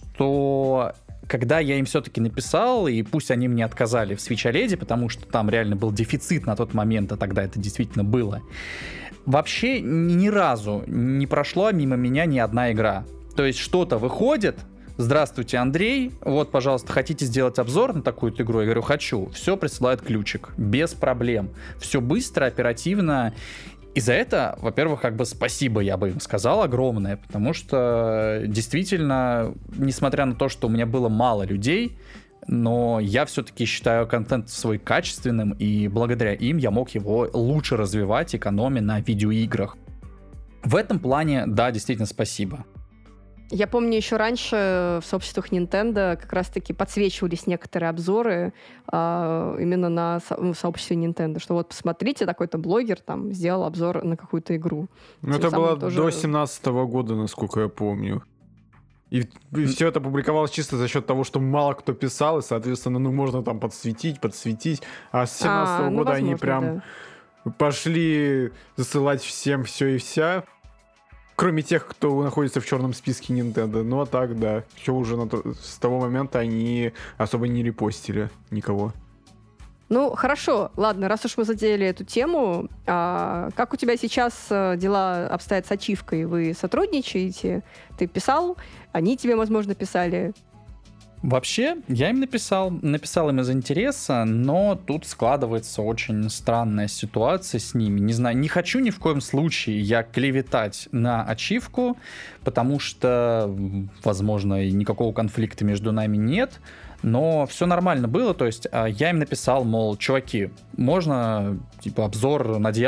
что когда я им все-таки написал, и пусть они мне отказали в Switch OLED, потому что там реально был дефицит на тот момент, а тогда это действительно было, вообще ни разу не прошла мимо меня ни одна игра. То есть что-то выходит, здравствуйте, Андрей, вот, пожалуйста, хотите сделать обзор на такую-то игру? Я говорю, хочу. Все, присылают ключик, без проблем. Все быстро, оперативно. И за это, во-первых, как бы спасибо, я бы им сказал, огромное, потому что действительно, несмотря на то, что у меня было мало людей, но я все-таки считаю контент свой качественным, и благодаря им я мог его лучше развивать, экономя на видеоиграх. В этом плане, да, действительно, спасибо. Я помню, еще раньше в сообществах Nintendo как раз-таки подсвечивались некоторые обзоры именно на сообществе Nintendo, что вот посмотрите, такой-то блогер там сделал обзор на какую-то игру. Ну, это было тоже до 2017 года, насколько я помню. И все это публиковалось чисто за счет того, что мало кто писал, и, соответственно, ну, можно там подсветить. А с 2017 года они прям пошли засылать всем все и вся. Кроме тех, кто находится в черном списке Nintendo. Ну, а так, да. Все уже с того момента они особо не репостили никого. Ну, хорошо. Ладно, раз уж мы задели эту тему, как у тебя сейчас дела обстоят с ачивкой? Вы сотрудничаете? Ты писал? Они тебе, возможно, писали? Вообще, я им написал им из интереса, но тут складывается очень странная ситуация с ними. Не знаю, не хочу ни в коем случае я клеветать на ачивку, потому что, возможно, никакого конфликта между нами нет, но все нормально было, то есть я им написал, мол, чуваки, можно типа обзор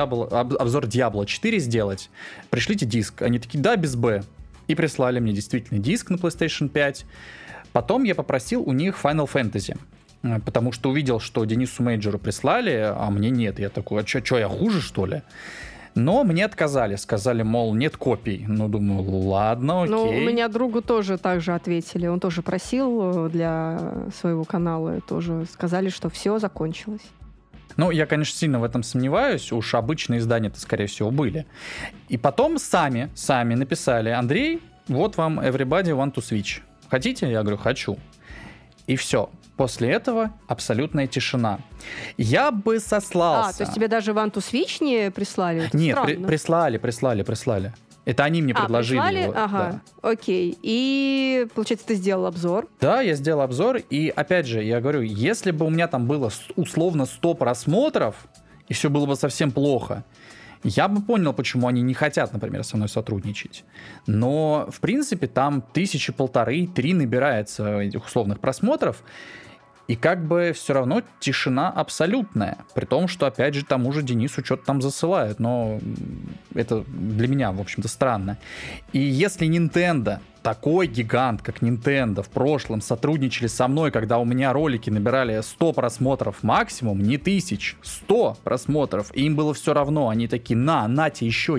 Diablo 4 сделать? Пришлите диск. Они такие, да, без Б. И прислали мне действительно диск на PlayStation 5. Потом я попросил у них Final Fantasy, потому что увидел, что Денису Мейджору прислали, а мне нет. Я такой, а что, я хуже, что ли? Но мне отказали, сказали, мол, нет копий. Ну, думаю, ладно, окей. Ну, у меня другу тоже так же ответили. Он тоже просил для своего канала, тоже сказали, что все закончилось. Ну, я, конечно, сильно в этом сомневаюсь. Уж обычные издания-то, скорее всего, были. И потом сами написали, Андрей, вот вам Everybody Want to Switch. Хотите? Я говорю, хочу. И все. После этого абсолютная тишина. Я бы сослался... то есть тебе даже Want to Switch не прислали? Это нет, прислали. Это они мне предложили прислали? его. Ага, да. Окей. И, получается, ты сделал обзор? Да, я сделал обзор. И, опять же, я говорю, если бы у меня там было условно 100 просмотров, и все было бы совсем плохо, я бы понял, почему они не хотят, например, со мной сотрудничать. Но, в принципе, там 1500-3 набирается этих условных просмотров, и как бы все равно тишина абсолютная. При том, что, опять же, тому же Денису что-то там засылают. Но это для меня, в общем-то, странно. И если Nintendo, такой гигант, как Nintendo, в прошлом сотрудничали со мной, когда у меня ролики набирали 100 просмотров максимум, не 1000, 100 просмотров, и им было все равно. Они такие, нате еще,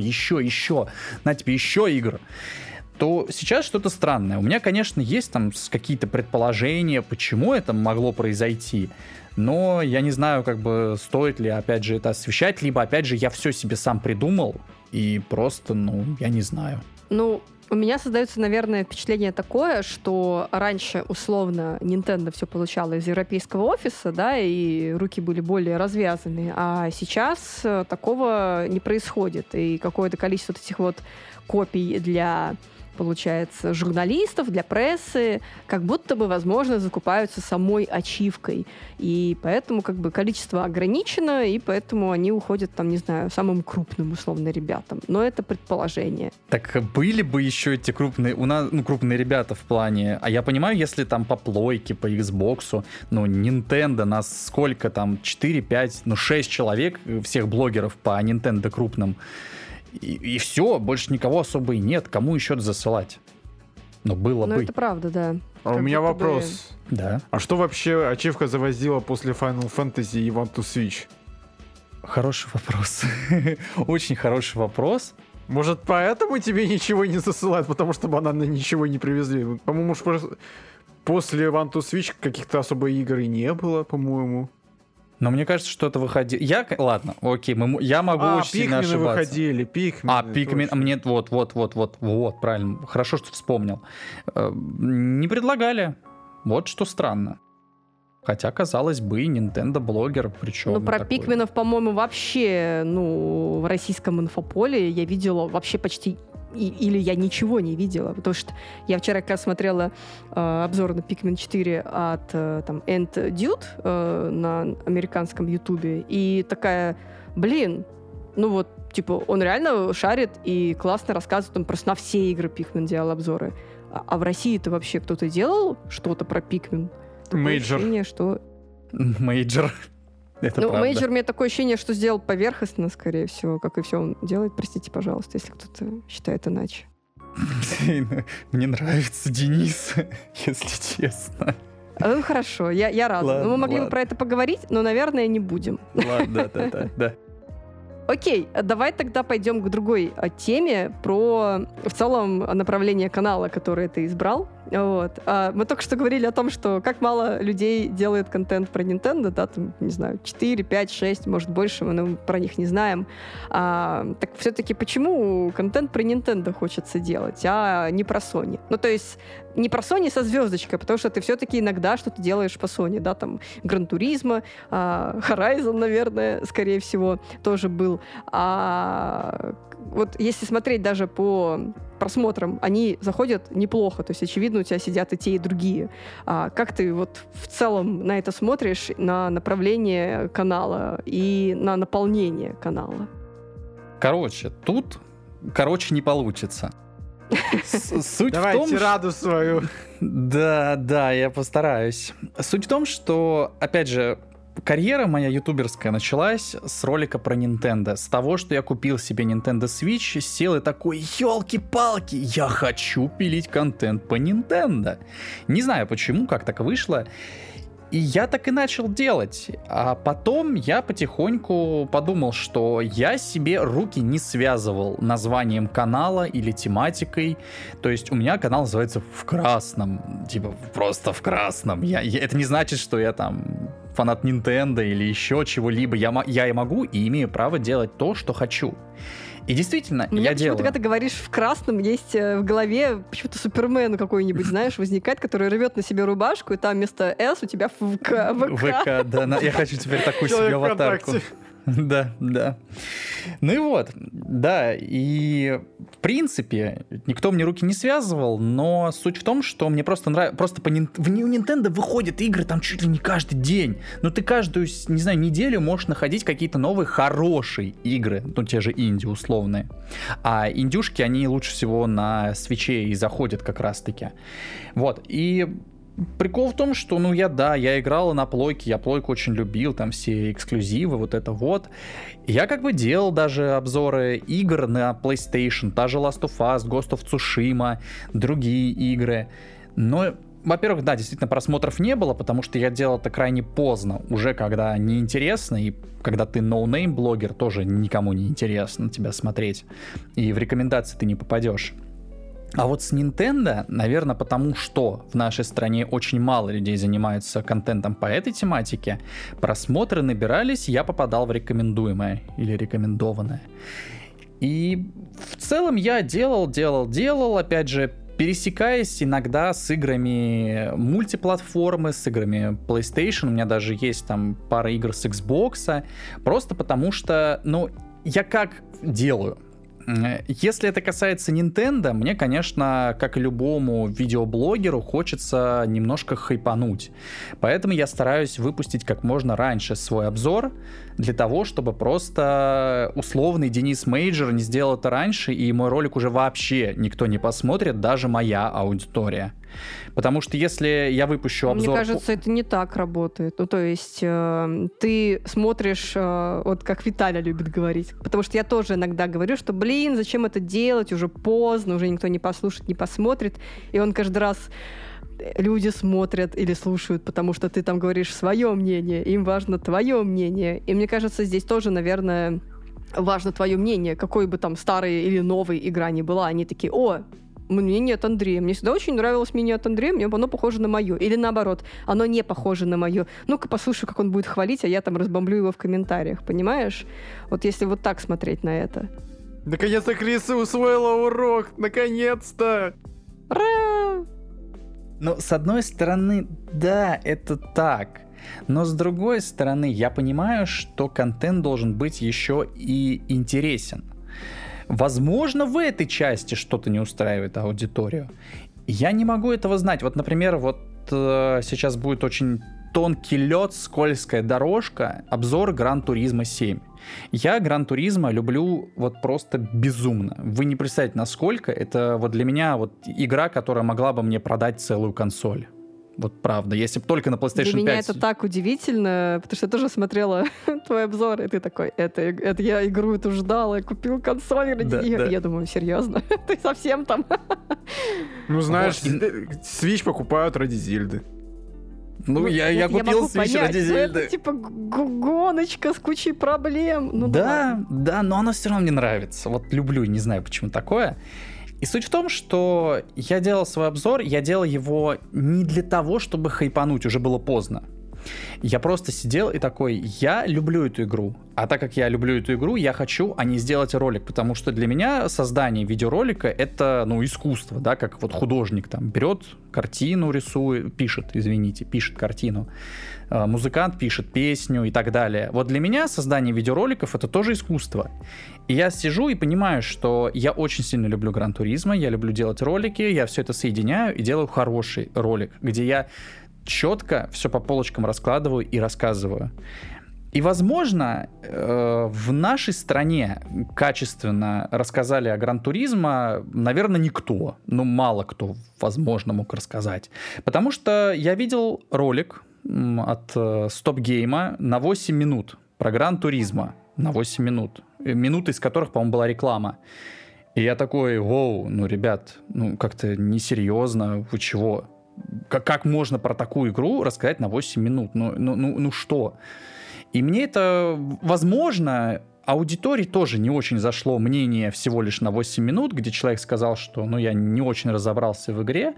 на тебе еще игр. То сейчас что-то странное. У меня, конечно, есть там какие-то предположения, почему это могло произойти, но я не знаю, как бы стоит ли, опять же, это освещать, либо, опять же, я все себе сам придумал, и просто, я не знаю. Ну, у меня создается, наверное, впечатление такое, что раньше, условно, Nintendo все получало из европейского офиса, да, и руки были более развязаны, а сейчас такого не происходит, и какое-то количество этих вот копий для, получается, журналистов, для прессы, как будто бы, возможно, закупаются самой ачивкой. И поэтому как бы количество ограничено, и поэтому они уходят, там, не знаю, самым крупным, условно, ребятам. Но это предположение. Так были бы еще эти крупные, крупные ребята в плане... А я понимаю, если там по плойке, по Xbox, Nintendo, нас сколько там, 4, 5, 6 человек, всех блогеров по Nintendo крупным, и все, больше никого особо и нет. Кому еще засылать? Было бы. Это правда, да. А у меня вопрос. Да. А что вообще ачивка завозила после Final Fantasy и Want to Switch? Хороший вопрос. Очень хороший вопрос. Может, поэтому тебе ничего не засылают, потому что бананы ничего не привезли? По-моему, после One to Switch каких-то особо игр и не было, по-моему. Но мне кажется, что это выходило... Ладно, окей, я могу очень сильно ошибаться. Выходили, Пикмен, мне... Вот, правильно. Хорошо, что вспомнил. Не предлагали. Вот что странно. Хотя, казалось бы, Nintendo блогер, причем... Ну, про такой... Пикменов, по-моему, вообще, в российском инфополе я видела вообще почти... Или я ничего не видела, потому что я вчера как раз смотрела обзор на Pikmin 4 от там End Dude на американском ютубе, и такая, он реально шарит и классно рассказывает он просто на все игры Pikmin делал обзоры. А в России-то вообще кто-то делал что-то про Pikmin? Мейджор. Мейджор. Это правда. Мейджор, у меня такое ощущение, что сделал поверхностно, скорее всего, как и все он делает. Простите, пожалуйста, если кто-то считает иначе. Мне нравится Денис, если честно. Ну, хорошо, я рада. Мы могли бы про это поговорить, но, наверное, не будем. Ладно, да. Окей, давай тогда пойдем к другой теме про, в целом, направление канала, которое ты избрал. Вот. Мы только что говорили о том, что как мало людей делает контент про Nintendo, да, там, не знаю, 4, 5, 6, может, больше, мы про них не знаем. Так все-таки почему контент про Nintendo хочется делать, а не про Sony? Ну, то есть не про Sony со звездочкой, потому что ты все-таки иногда что-то делаешь по Sony, да, там, Gran Turismo, Horizon, наверное, скорее всего, тоже был. Вот если смотреть даже по просмотрам, они заходят неплохо, то есть, очевидно, у тебя сидят и те, и другие. Как ты вот в целом на это смотришь, на направление канала и на наполнение канала? Тут не получится. Суть Давай в том, тираду свою. Да, я постараюсь. Суть в том, что, опять же, карьера моя ютуберская началась с ролика про Nintendo. С того, что я купил себе Nintendo Switch, сел и такой, ёлки-палки, я хочу пилить контент по Nintendo. Не знаю почему, как так вышло. И я так и начал делать. А потом я потихоньку подумал, что я себе руки не связывал названием канала или тематикой. То есть у меня канал называется «В красном». Типа просто в красном. Это не значит, что я там фанат Nintendo или еще чего-либо. Я и могу и имею право делать то, что хочу. И действительно, я делаю. Когда ты говоришь в красном, есть в голове почему-то Супермен какой-нибудь, знаешь, возникает, который рвет на себе рубашку, и там вместо «С» у тебя ВК. ВК, да. Я хочу теперь такую себе аватарку. Да. Ну и вот, да, и в принципе никто мне руки не связывал, но суть в том, что мне просто нравится, просто у Nintendo выходят игры там чуть ли не каждый день, но ты каждую, не знаю, неделю можешь находить какие-то новые хорошие игры, ну те же инди условные, а индюшки, они лучше всего на свитче и заходят как раз-таки, вот, и... Прикол в том, что, я играл на плойке, я плойку очень любил, там все эксклюзивы, вот это вот. Я как бы делал даже обзоры игр на PlayStation, та же Last of Us, Ghost of Tsushima, другие игры. Но, во-первых, да, действительно просмотров не было, потому что я делал это крайне поздно, уже когда неинтересно, и когда ты ноунейм блогер, тоже никому не интересно тебя смотреть, и в рекомендации ты не попадешь. А вот с Nintendo, наверное, потому что в нашей стране очень мало людей занимаются контентом по этой тематике, просмотры набирались, я попадал в рекомендуемое или рекомендованное. И в целом я делал, опять же, пересекаясь иногда с играми мультиплатформы, с играми PlayStation, у меня даже есть там пара игр с Xbox, просто потому что, я как делаю? Если это касается Nintendo, мне, конечно, как и любому видеоблогеру, хочется немножко хайпануть. Поэтому я стараюсь выпустить как можно раньше свой обзор, для того, чтобы просто условный Денис Мейджор не сделал это раньше, и мой ролик уже вообще никто не посмотрит, даже моя аудитория. Потому что если я выпущу обзор... Мне кажется, это не так работает. Ну, то есть ты смотришь, вот как Виталя любит говорить. Потому что я тоже иногда говорю, что, зачем это делать? Уже поздно, уже никто не послушает, не посмотрит. И он каждый раз люди смотрят или слушают, потому что ты там говоришь свое мнение, им важно твое мнение. И мне кажется, здесь тоже, наверное, важно твое мнение, какой бы там старой или новой игра ни была. Они такие: о, мнение от Андрея. Мне всегда очень нравилось мнение от Андрея, мне оно похоже на мое. Или наоборот, оно не похоже на мое. Ну-ка послушаю, как он будет хвалить, а я там разбомблю его в комментариях, понимаешь? Вот если вот так смотреть на это. Наконец-то Криса усвоила урок! Наконец-то! Ура! Ну, с одной стороны, да, это так. Но с другой стороны, я понимаю, что контент должен быть еще и интересен. Возможно, в этой части что-то не устраивает аудиторию. Я не могу этого знать. Вот, например, сейчас будет очень тонкий лед, скользкая дорожка, обзор Гран-туризмо 7. Я Гран-туризмо люблю вот просто безумно. Вы не представляете, насколько это вот для меня вот игра, которая могла бы мне продать целую консоль. Вот правда, если бы только на PlayStation 5... Для меня это так удивительно, потому что я тоже смотрела твой обзор, и ты такой: это я игру эту ждал, я купил консоль ради нее. Да. Я думаю, серьезно? Ты совсем там? Ну, знаешь, Switch покупают ради Зельды. Ну, я купил Switch ради Зельды. Это типа гоночка с кучей проблем. Ну, да, но она все равно мне нравится. Вот люблю, не знаю, почему такое. И суть в том, что я делал свой обзор, я делал его не для того, чтобы хайпануть, уже было поздно. Я просто сидел и такой: я люблю эту игру. А так как я люблю эту игру, я хочу о ней сделать ролик, потому что для меня создание видеоролика — это, искусство, да, как вот художник там берет картину, рисует, пишет картину, музыкант пишет песню и так далее. Вот для меня создание видеороликов — это тоже искусство. И я сижу и понимаю, что я очень сильно люблю Гран-туризмо, я люблю делать ролики, я все это соединяю и делаю хороший ролик, где я четко все по полочкам раскладываю и рассказываю. И, возможно, в нашей стране качественно рассказали о Гран-туризмо, наверное, никто. Мало кто, возможно, мог рассказать. Потому что я видел ролик от Стоп-гейма на 8 минут про Гран-туризмо. На 8 минут. Минуты из которых, по-моему, была реклама. И я такой: воу, ребят, как-то несерьезно, вы чего? Как можно про такую игру рассказать на 8 минут? Что? И мне это, возможно, аудитории тоже не очень зашло мнение всего лишь на 8 минут, где человек сказал, что я не очень разобрался в игре.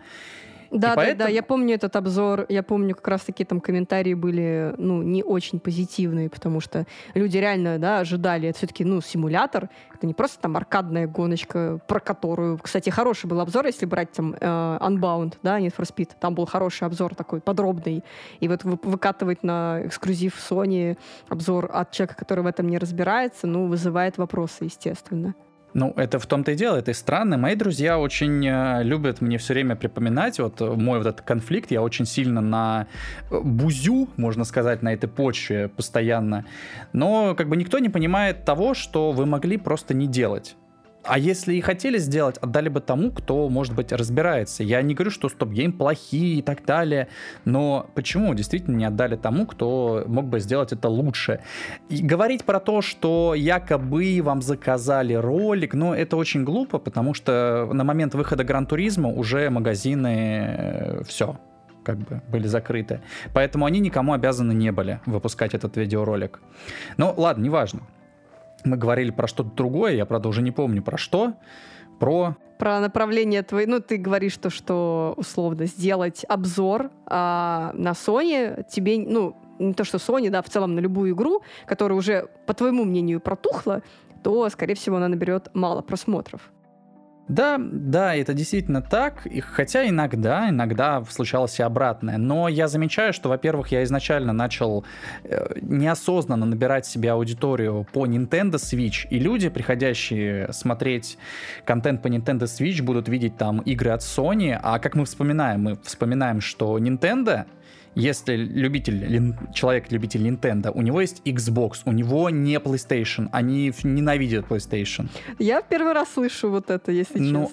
Да, я помню этот обзор, я помню, как раз-таки там комментарии были, не очень позитивные, потому что люди реально, ожидали, это все-таки, симулятор, это не просто там аркадная гоночка, про которую, кстати, хороший был обзор, если брать там Unbound, Need for Speed, там был хороший обзор такой, подробный, и вот выкатывать на эксклюзив Sony обзор от человека, который в этом не разбирается, вызывает вопросы, естественно. Это в том-то и дело, это и странно. Мои друзья очень любят мне все время припоминать мой этот конфликт. Я очень сильно бузю, можно сказать, на этой почве постоянно. Но никто не понимает того, что вы могли просто не делать. А если и хотели сделать, отдали бы тому, кто, может быть, разбирается. Я не говорю, что Стоп-гейм плохие и так далее, но почему действительно не отдали тому, кто мог бы сделать это лучше? И говорить про то, что якобы вам заказали ролик, это очень глупо, потому что на момент выхода Гран-туризмо уже магазины все были закрыты. Поэтому они никому обязаны не были выпускать этот видеоролик. Ладно, неважно. Мы говорили про что-то другое, я, правда, уже не помню про что. Про направление твое. Ты говоришь что условно сделать обзор на Sony. Тебе, не то что Sony, в целом на любую игру, которая уже, по твоему мнению, протухла, то, скорее всего, она наберет мало просмотров. Да, это действительно так, хотя иногда случалось и обратное, но я замечаю, что, во-первых, я изначально начал неосознанно набирать себе аудиторию по Nintendo Switch, и люди, приходящие смотреть контент по Nintendo Switch, будут видеть там игры от Sony, а как мы вспоминаем, что Nintendo, если человек-любитель Nintendo, у него есть Xbox, у него не PlayStation, они ненавидят PlayStation. Я в первый раз слышу это, если честно.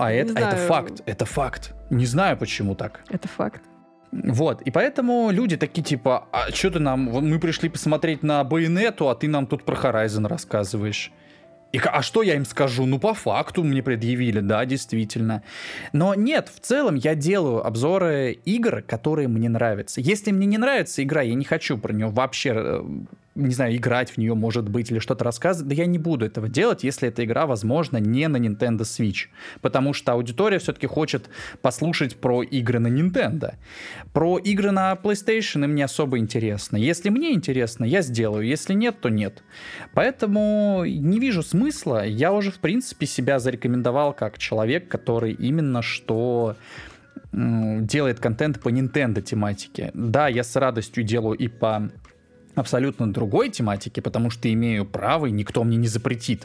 Это факт. Не знаю, почему так. Это факт. И поэтому люди такие типа: а что ты нам, мы пришли посмотреть на Байонетту, а ты нам тут про Horizon рассказываешь. А что я им скажу? Ну, по факту мне предъявили, да, действительно. Но нет, в целом я делаю обзоры игр, которые мне нравятся. Если мне не нравится игра, я не хочу про нее вообще, не знаю, играть в нее, может быть, или что-то рассказывать, да я не буду этого делать, если эта игра, возможно, не на Nintendo Switch. Потому что аудитория все-таки хочет послушать про игры на Nintendo. Про игры на PlayStation им не особо интересно. Если мне интересно, я сделаю. Если нет, то нет. Поэтому не вижу смысла. Я уже, в принципе, себя зарекомендовал как человек, который именно что делает контент по Nintendo тематике. Да, я с радостью делаю и по абсолютно другой тематике, потому что имею право, и никто мне не запретит.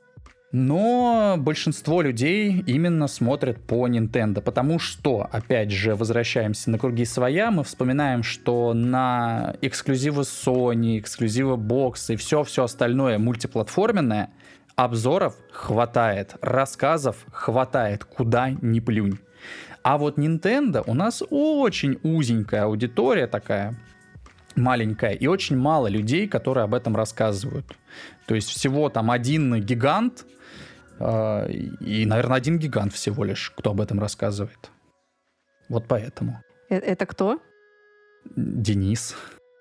Но большинство людей именно смотрят по Nintendo, потому что, опять же, возвращаемся на круги своя, мы вспоминаем, что на эксклюзивы Sony, эксклюзивы Box и все остальное мультиплатформенное обзоров хватает, рассказов хватает, куда ни плюнь. А вот Nintendo у нас очень узенькая аудитория такая, маленькая, и очень мало людей, которые об этом рассказывают. То есть всего там один гигант, и, наверное, один гигант всего лишь, кто об этом рассказывает. Вот поэтому. Это кто? Денис.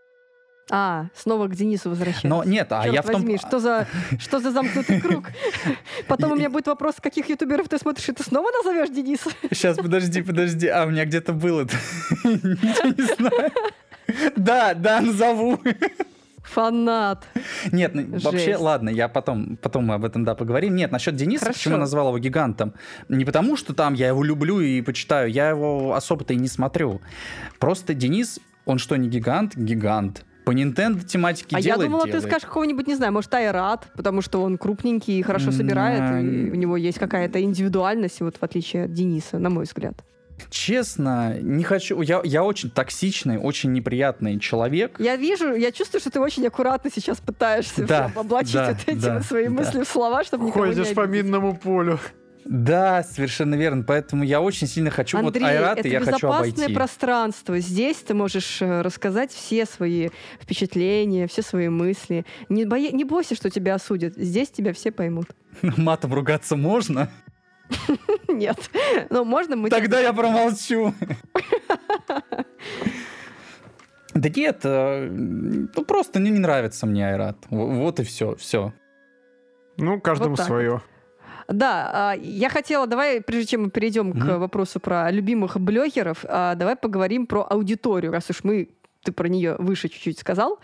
Снова к Денису возвращаемся. Но нет, Черт я возьми, в том... что за замкнутый круг? Потом у меня будет вопрос, каких ютуберов ты смотришь, и ты снова назовешь Дениса? Сейчас, подожди. У меня где-то было. Не знаю. Да, назову. Фанат. Нет, вообще, ладно, я потом мы об этом, поговорим. Нет, насчет Дениса, Хорошо. Почему я назвал его гигантом? Не потому, что там я его люблю и почитаю, я его особо-то и не смотрю. Просто Денис, он что, не гигант? Гигант. По Nintendo тематике я думала, ты скажешь какого-нибудь, не знаю, может, Айрат, потому что он крупненький и хорошо собирает, и у него есть какая-то индивидуальность, вот в отличие от Дениса, на мой взгляд. Честно, не хочу. Я очень токсичный, очень неприятный человек. Я чувствую, что ты очень аккуратно сейчас пытаешься облачить эти свои мысли в слова, чтобы никого не обидеть. Ходишь по минному полю. Да, совершенно верно. Поэтому я очень сильно хочу Андрей, Айрат, и я хочу обойти. это безопасное пространство. Здесь ты можешь рассказать все свои впечатления, все свои мысли. Не бойся, что тебя осудят. Здесь тебя все поймут. Матом ругаться можно? Нет. Но можно Тогда я промолчу. Да нет, просто не нравится мне Айрат. Вот и все. Ну, каждому свое. Да, я хотела, давай, прежде чем мы перейдем к вопросу про любимых блогеров, давай поговорим про аудиторию, раз уж ты про нее выше чуть-чуть сказал.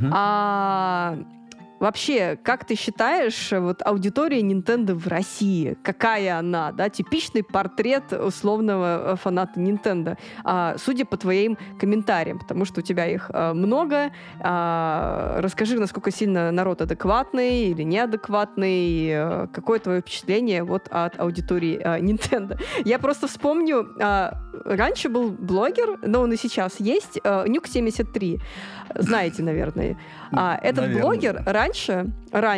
Вообще, как ты считаешь, вот аудитория Nintendo в России, какая она, да, типичный портрет условного фаната Nintendo, судя по твоим комментариям, потому что у тебя их много. Расскажи, насколько сильно народ адекватный или неадекватный, какое твое впечатление вот от аудитории Nintendo. Я просто вспомню, раньше был блогер, но он и сейчас есть, Nuke73, знаете, наверное. Этот блогер раньше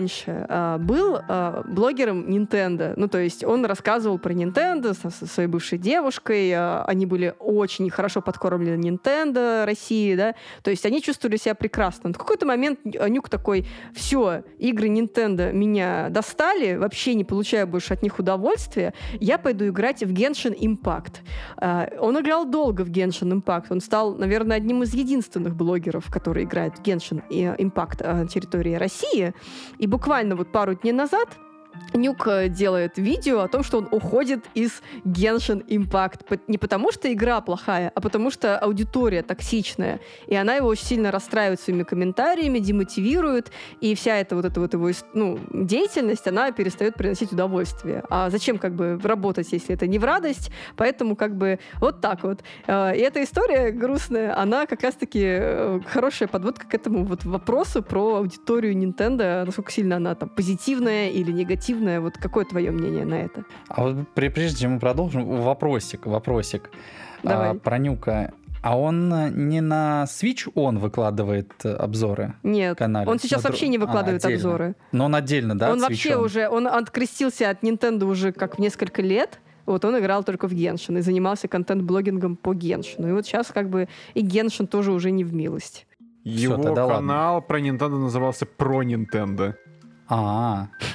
был блогером Nintendo. Ну, то есть он рассказывал про Nintendo со своей бывшей девушкой. Они были очень хорошо подкормлены Nintendo России, да. То есть они чувствовали себя прекрасно. Но в какой-то момент Нюк такой: все, игры Nintendo меня достали, вообще не получаю больше от них удовольствия, я пойду играть в Genshin Impact. Он играл долго в Genshin Impact. Он стал, наверное, одним из единственных блогеров, которые играют в Genshin Impact на территории России. И буквально вот пару дней назад Нюк делает видео о том, что он уходит из Genshin Impact. Не потому, что игра плохая, а потому, что аудитория токсичная. И она его очень сильно расстраивает своими комментариями, демотивирует. И вся эта его деятельность, она перестает приносить удовольствие. А зачем работать, если это не в радость? Поэтому вот так вот. И эта история грустная, она как раз-таки хорошая подводка к этому вот вопросу про аудиторию Nintendo, насколько сильно она там позитивная или негативная. Вот какое твое мнение на это? А вот прежде чем мы продолжим, вопросик про Нюка. А он не на Switch выкладывает обзоры? Нет, канале? Он сейчас вообще не выкладывает обзоры. Но он отдельно, да? Он вообще он открестился от Nintendo уже как несколько лет. Вот он играл только в Genshin и занимался контент-блогингом по Genshin. И вот сейчас и Genshin тоже уже не в милость. Его канал про Nintendo назывался «Про Nintendo».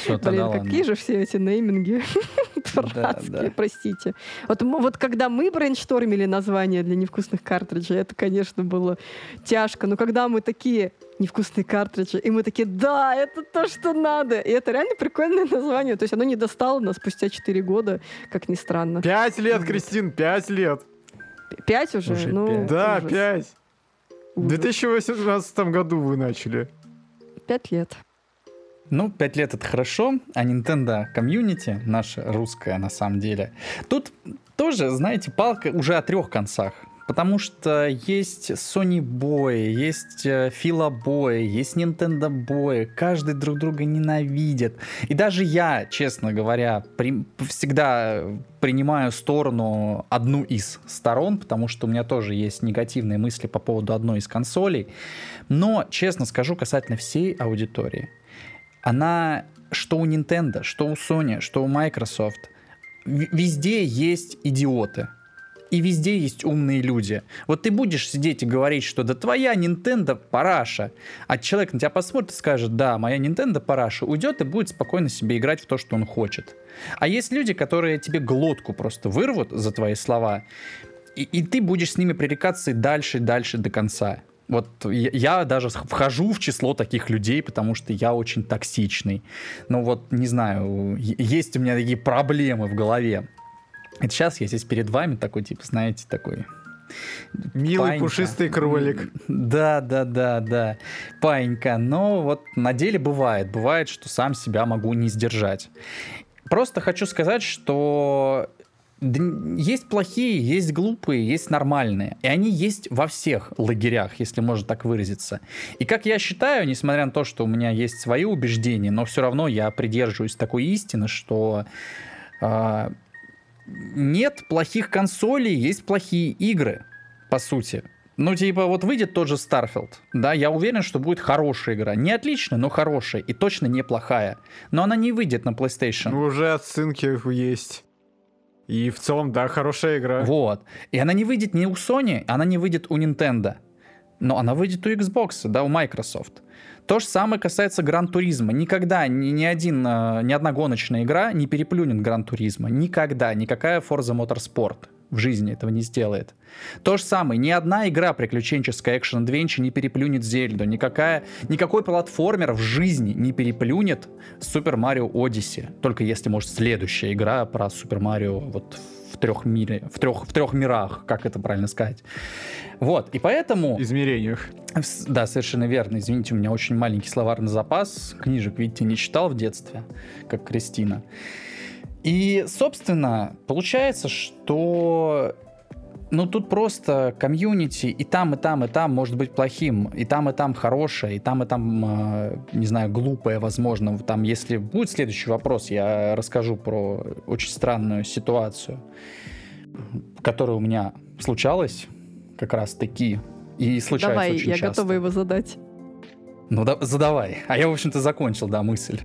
Что-то Блин, да ладно. какие же все эти нейминги дурацкие, да. простите. Вот когда мы брейнштормили название для невкусных картриджей, это, конечно, было тяжко. Но когда мы такие, невкусные картриджи, и мы такие, да, это то, что надо. И это реально прикольное название. То есть оно не достало нас спустя 4 года, как ни странно. 5 лет, Кристин, 5 лет. 5 уже? Уже Ну, 5. Да, ужас. 5. В Ужас. 2018 году вы начали. 5 лет. Ну, 5 лет это хорошо, а Nintendo комьюнити, наша русская на самом деле, тут тоже, знаете, палка уже о 3 концах. Потому что есть Sony Boy, есть Fila Boy, есть Nintendo Boy, каждый друг друга ненавидит. И даже я, честно говоря, всегда принимаю сторону одну из сторон, потому что у меня тоже есть негативные мысли по поводу одной из консолей. Но, честно скажу, касательно всей аудитории, она, что у Nintendo, что у Sony, что у Microsoft, везде есть идиоты. И везде есть умные люди. Вот ты будешь сидеть и говорить, что да твоя Nintendo параша, а человек на тебя посмотрит и скажет, да, моя Nintendo параша, уйдет и будет спокойно себе играть в то, что он хочет. А есть люди, которые тебе глотку просто вырвут за твои слова, и ты будешь с ними пререкаться и дальше до конца. Вот я даже вхожу в число таких людей, потому что я очень токсичный. Ну вот, не знаю, есть у меня такие проблемы в голове. Это сейчас я здесь перед вами такой, типа, знаете, такой... Милый паинька. пушистый кролик. Да. Паинька. Но вот на деле бывает, что сам себя могу не сдержать. Просто хочу сказать, что есть плохие, есть глупые, есть нормальные. И они есть во всех лагерях, если можно так выразиться. И как я считаю, несмотря на то, что у меня есть свои убеждения, но все равно я придерживаюсь такой истины, что... нет плохих консолей, есть плохие игры, по сути. Ну, типа, вот выйдет тот же Starfield, да, я уверен, что будет хорошая игра. Не отличная, но хорошая, и точно неплохая. Но она не выйдет на PlayStation. Уже отсылки есть. И в целом, да, хорошая игра. Вот. И она не выйдет ни у Sony, она не выйдет у Nintendo. Но она выйдет у Xbox, да, у Microsoft. То же самое касается Гран-туризма. Никогда ни одна гоночная игра не переплюнет Гран-туризма. Никогда. Никакая Forza Motorsport в жизни этого не сделает. То же самое. Ни одна игра приключенческая экшен-адвенчер не переплюнет Зельду. Никакой платформер в жизни не переплюнет Super Mario Odyssey. Только если, может, следующая игра про Super Mario вот в трех мирах, как это правильно сказать. Вот, и поэтому... Измерениях. Да, совершенно верно. Извините, у меня очень маленький словарный запас. Книжек, видите, не читал в детстве, как Кристина. И, собственно, получается, что... Ну, тут просто комьюнити и там может быть плохим, и там хорошее, и там, не знаю, глупое, возможно. Там, если будет следующий вопрос, я расскажу про очень странную ситуацию, которая у меня случалась как раз-таки, и случается Давай, очень я часто. готова его задать. Ну, задавай. А я, в общем-то, закончил, да, мысль.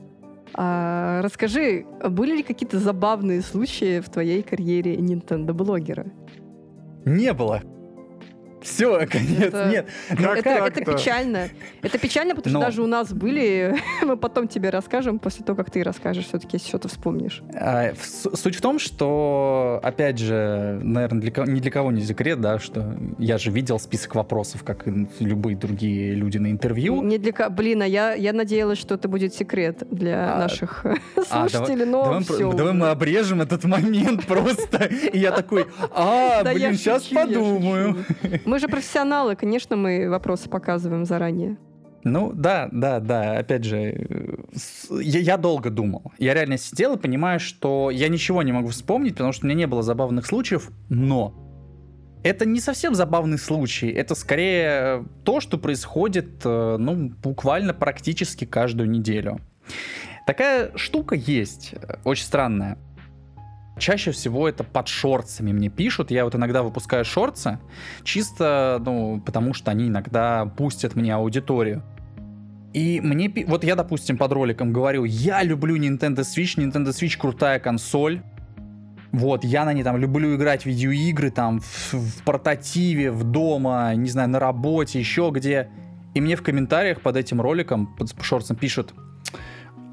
Расскажи, были ли какие-то забавные случаи в твоей карьере Nintendo-блогера? Не было. Все, конец, нет. Ну, Это печально. Это печально, потому что даже у нас были... Мы потом тебе расскажем, после того, как ты расскажешь, все-таки, если что-то вспомнишь. Суть в том, что, опять же, наверное, ни для кого не секрет, да, что я же видел список вопросов, как и любые другие люди на интервью. Блин, а я надеялась, что это будет секрет для наших слушателей, но все. Давай мы обрежем этот момент просто. И я такой, блин, сейчас подумаю. Мы же профессионалы, конечно, мы вопросы показываем заранее. Ну, да. Опять же, я долго думал. Я реально сидел и понимаю, что я ничего не могу вспомнить, потому что у меня не было забавных случаев, но это не совсем забавный случай. Это скорее то, что происходит, буквально практически каждую неделю. Такая штука есть, очень странная. Чаще всего это под шортсами мне пишут. Я вот иногда выпускаю шортсы, чисто, потому что они иногда пустят мне аудиторию. И мне... Вот я, допустим, под роликом говорю, я люблю Nintendo Switch крутая консоль. Вот, я на ней там люблю играть в видеоигры, там, в портативе, в дома, не знаю, на работе, еще где. И мне в комментариях под этим роликом, под шортсом пишут,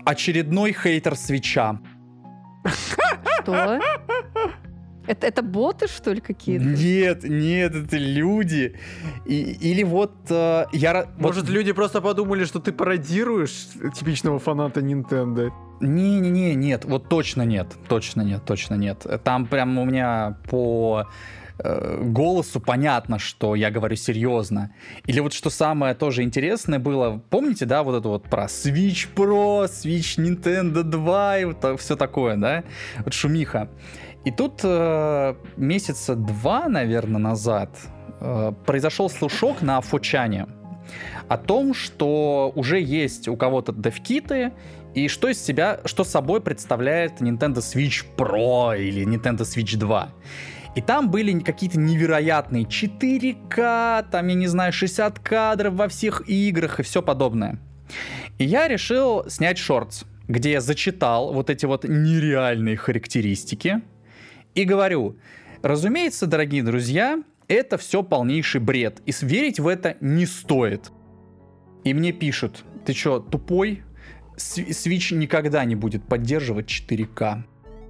очередной хейтер Свитча. Что? Это боты, что ли, какие-то? Нет, это люди. Или вот... Может, люди просто подумали, что ты пародируешь типичного фаната Nintendo? Нет, вот точно нет. Там прям у меня по голосу понятно, что я говорю серьезно. Или вот что самое тоже интересное было, помните, да, вот это вот про Switch Pro, Switch Nintendo 2 и вот все такое, да? Вот шумиха. И тут месяца 2, наверное, назад произошел слушок на 4чане о том, что уже есть у кого-то девкиты, и что собой представляет Nintendo Switch Pro или Nintendo Switch 2. И там были какие-то невероятные 4К, там, я не знаю, 60 кадров во всех играх и все подобное. И я решил снять шортс, где я зачитал вот эти вот нереальные характеристики. И говорю, разумеется, дорогие друзья, это все полнейший бред. И верить в это не стоит. И мне пишут, ты что, тупой? Switch никогда не будет поддерживать 4К.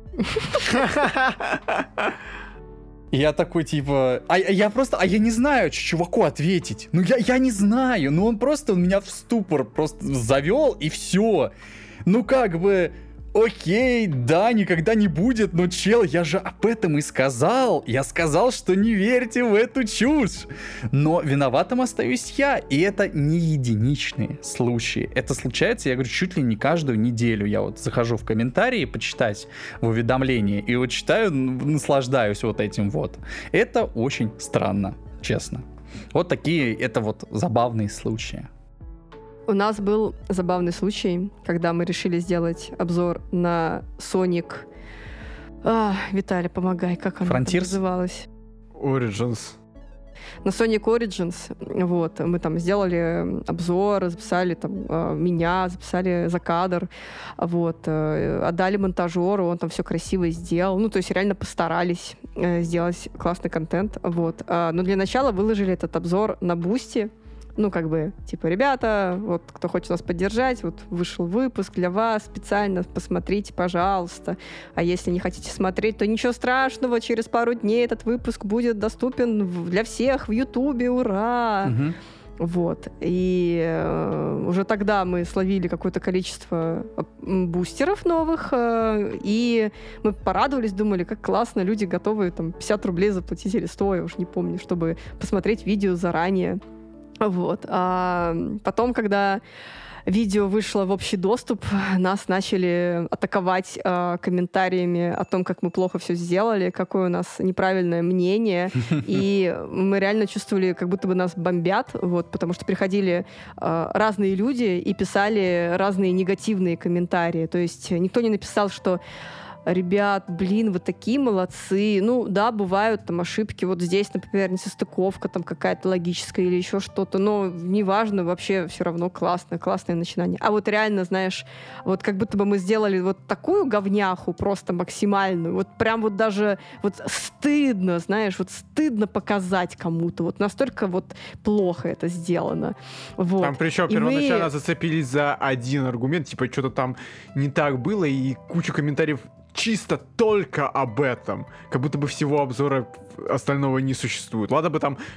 Я такой, типа... я не знаю, чуваку ответить. Ну, я не знаю. Ну, он меня в ступор просто завел, и все. Ну, как бы... Окей, да, никогда не будет, но, чел, я же об этом и сказал. Я сказал, что не верьте в эту чушь. Но виноватым остаюсь я, и это не единичные случаи. Это случается, я говорю, чуть ли не каждую неделю. Я вот захожу в комментарии почитать в уведомления, и вот читаю, наслаждаюсь вот этим вот. Это очень странно, честно. Вот такие, это вот забавные случаи. У нас был забавный случай, когда мы решили сделать обзор на Sonic... Виталий, помогай, как она называлась? Origins. На Sonic Origins, вот, мы там сделали обзор, записали там меня, записали за кадр, вот, отдали монтажеру, он там все красиво сделал, ну, то есть реально постарались сделать классный контент, вот. Но для начала выложили этот обзор на Boosty. Ну, как бы, типа, ребята, вот, кто хочет нас поддержать, вот, вышел выпуск для вас специально, посмотрите, пожалуйста. А если не хотите смотреть, то ничего страшного, через пару дней этот выпуск будет доступен для всех в Ютубе, ура! Вот. И уже тогда мы словили какое-то количество бустеров новых, и мы порадовались, думали, как классно, люди готовы там 50 рублей заплатить или 100, я уж не помню, чтобы посмотреть видео заранее. Вот. А потом, когда видео вышло в общий доступ, нас начали атаковать комментариями о том, как мы плохо все сделали, какое у нас неправильное мнение. И мы реально чувствовали, как будто бы нас бомбят, вот, потому что приходили разные люди и писали разные негативные комментарии. То есть никто не написал, что ребят, блин, вы такие молодцы. Ну, да, бывают там ошибки. Вот здесь, например, несостыковка там какая-то логическая или еще что-то. Но неважно, вообще все равно классно, классное начинание. А вот реально, знаешь, вот как будто бы мы сделали вот такую говняху просто максимальную. Вот прям вот даже вот стыдно, знаешь, вот стыдно показать кому-то. Вот настолько вот плохо это сделано. Вот. Там причем первоначально зацепились за один аргумент, типа что-то там не так было, и куча комментариев чисто только об этом. Как будто бы всего обзора остального не существует. Ладно бы там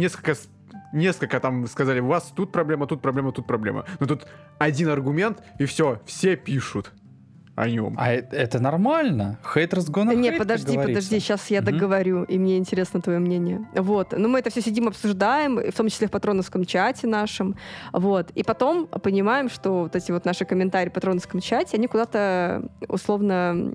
несколько там сказали, у вас тут проблема, тут проблема, тут проблема. Но тут один аргумент, и все пишут о нем. А это нормально? Haters gonna hate, не, подожди, сейчас я договорю, и мне интересно твое мнение. Вот. Ну, мы это все сидим, обсуждаем, в том числе в патроновском чате нашем. Вот. И потом понимаем, что вот эти вот наши комментарии в патроновском чате, они куда-то условно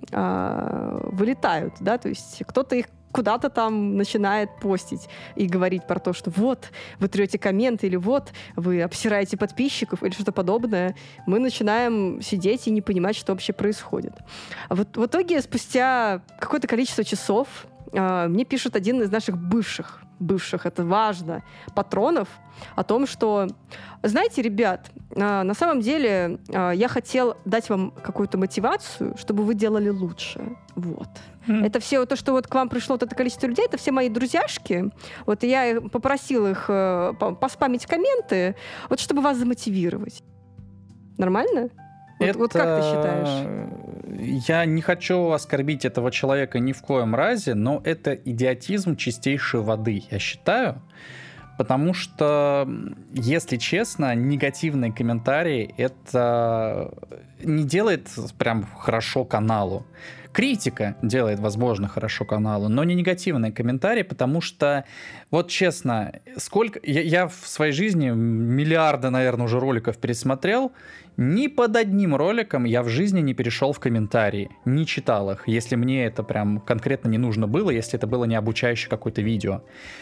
вылетают, да, то есть кто-то их куда-то там начинает постить и говорить про то, что вот, вы трете комменты, или вот, вы обсираете подписчиков, или что-то подобное. Мы начинаем сидеть и не понимать, что вообще происходит. А вот в итоге, спустя какое-то количество часов, мне пишет один из наших бывших, это важно, патронов, о том, что, знаете, ребят, на самом деле я хотел дать вам какую-то мотивацию, чтобы вы делали лучше. Вот. Это все то, что вот к вам пришло вот это количество людей, это все мои друзьяшки. Вот я попросил их поспамить комменты, вот чтобы вас замотивировать. Нормально? Вот как ты считаешь? Я не хочу оскорбить этого человека ни в коем разе, но это идиотизм чистейшей воды, я считаю. Потому что, если честно, негативные комментарии это не делает прям хорошо каналу. Критика делает, возможно, хорошо каналу, но не негативные комментарии, потому что, вот честно, сколько я в своей жизни миллиарды, наверное, уже роликов пересмотрел, ни под одним роликом я в жизни не перешел в комментарии, не читал их, если мне это прям конкретно не нужно было, если это было не обучающее какое-то видео.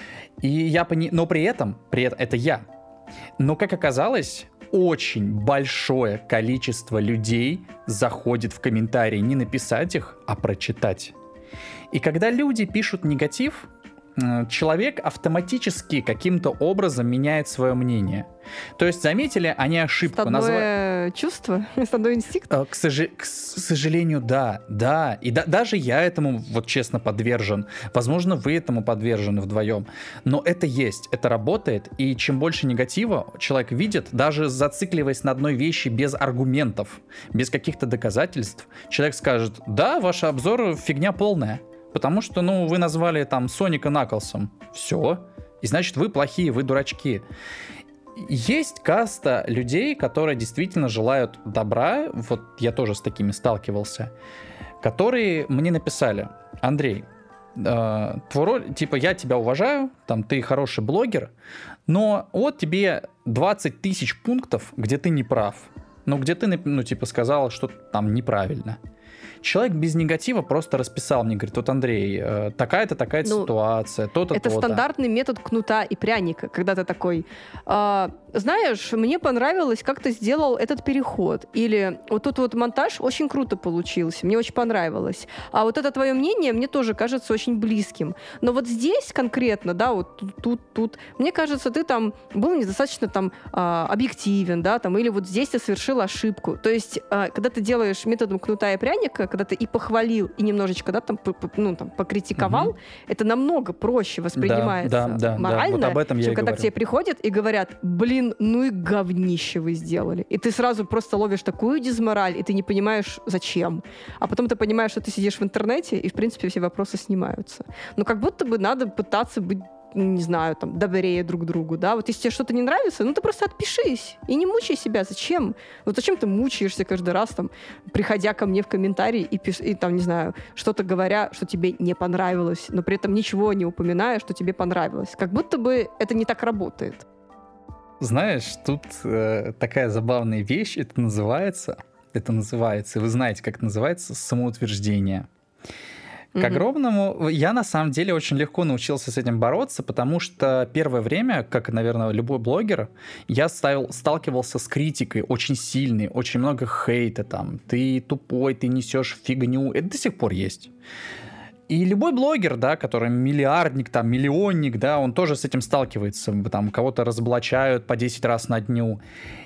Но при этом это я. Но, как оказалось, очень большое количество людей заходит в комментарии не написать их, а прочитать. И когда люди пишут негатив, человек автоматически каким-то образом меняет свое мнение. То есть заметили они ошибку. Стадное чувство? Стадной инстинкт? К сожалению, да. И даже я этому, вот честно, подвержен. Возможно, вы этому подвержены вдвоем. Но это есть, это работает. И чем больше негатива человек видит, даже зацикливаясь на одной вещи без аргументов, без каких-то доказательств, человек скажет: да, ваш обзор фигня полная. Потому что, вы назвали там Соника Наклзом. Все. И значит, вы плохие, вы дурачки. Есть каста людей, которые действительно желают добра. Вот я тоже с такими сталкивался. Которые мне написали: Андрей, твой роль, типа, я тебя уважаю, там, ты хороший блогер, но вот тебе 20 тысяч пунктов, где ты не прав. Где ты, сказал, что там неправильно. Человек без негатива просто расписал мне, говорит: вот, Андрей, такая-то ситуация, то-то, это то-то. Стандартный метод кнута и пряника, когда ты такой: знаешь, мне понравилось, как ты сделал этот переход, или вот тут вот монтаж очень круто получился, мне очень понравилось, а вот это твое мнение мне тоже кажется очень близким, но вот здесь конкретно, да, вот тут, мне кажется, ты там был недостаточно там объективен, да, там, или вот здесь ты совершил ошибку. То есть, когда ты делаешь методом кнута и пряника, когда ты и похвалил, и немножечко, да, там, покритиковал, это намного проще воспринимается морально, вот об этом чем я когда к тебе приходят и говорят: блин, ну и говнище вы сделали. И ты сразу просто ловишь такую дизмораль, и ты не понимаешь, зачем. А потом ты понимаешь, что ты сидишь в интернете, и, в принципе, все вопросы снимаются. Но как будто бы надо пытаться быть, не знаю, там, добрее друг другу, да, вот если тебе что-то не нравится, ты просто отпишись и не мучай себя. Зачем? Вот зачем ты мучаешься каждый раз, там, приходя ко мне в комментарии и там, не знаю, что-то говоря, что тебе не понравилось, но при этом ничего не упоминая, что тебе понравилось. Как будто бы это не так работает. Знаешь, тут такая забавная вещь, это называется, вы знаете, как это называется, самоутверждение. К огромному... Я, на самом деле, очень легко научился с этим бороться, потому что первое время, как, наверное, любой блогер, я сталкивался с критикой очень сильной, очень много хейта, там, ты тупой, ты несешь фигню. Это до сих пор есть. И любой блогер, да, который миллиардник, там, миллионник, да, он тоже с этим сталкивается. Там, кого-то разоблачают по 10 раз на дню.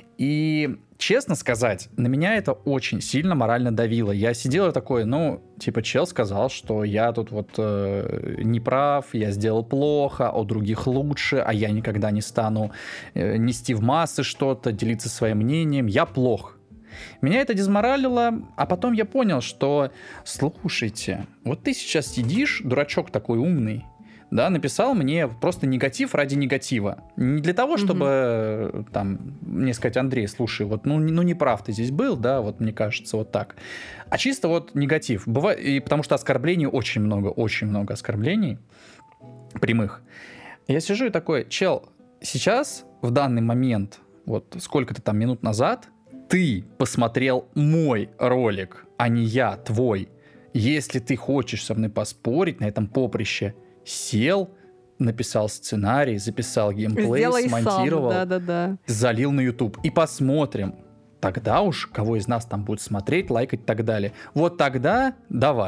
И, честно сказать, на меня это очень сильно морально давило. Я сидел и такой, чел сказал, что я тут вот не прав, я сделал плохо, а у других лучше, а я никогда не стану нести в массы что-то, делиться своим мнением, я плох. Меня это дезморалило, а потом я понял, что, слушайте, вот ты сейчас сидишь, дурачок такой умный, да, написал мне просто негатив ради негатива. Не для того, чтобы там мне сказать: Андрей, слушай, вот не прав ты здесь был, да, вот мне кажется, вот так. А чисто вот негатив. Бывает, и потому что оскорблений очень много оскорблений прямых. Я сижу и такой: чел, сейчас, в данный момент, вот сколько-то там минут назад, ты посмотрел мой ролик, а не я твой. Если ты хочешь со мной поспорить на этом поприще, сел, написал сценарий, записал геймплей, сделай смонтировал, сам. залил на YouTube. И посмотрим. Тогда уж, кого из нас там будет смотреть, лайкать и так далее. Вот тогда давай.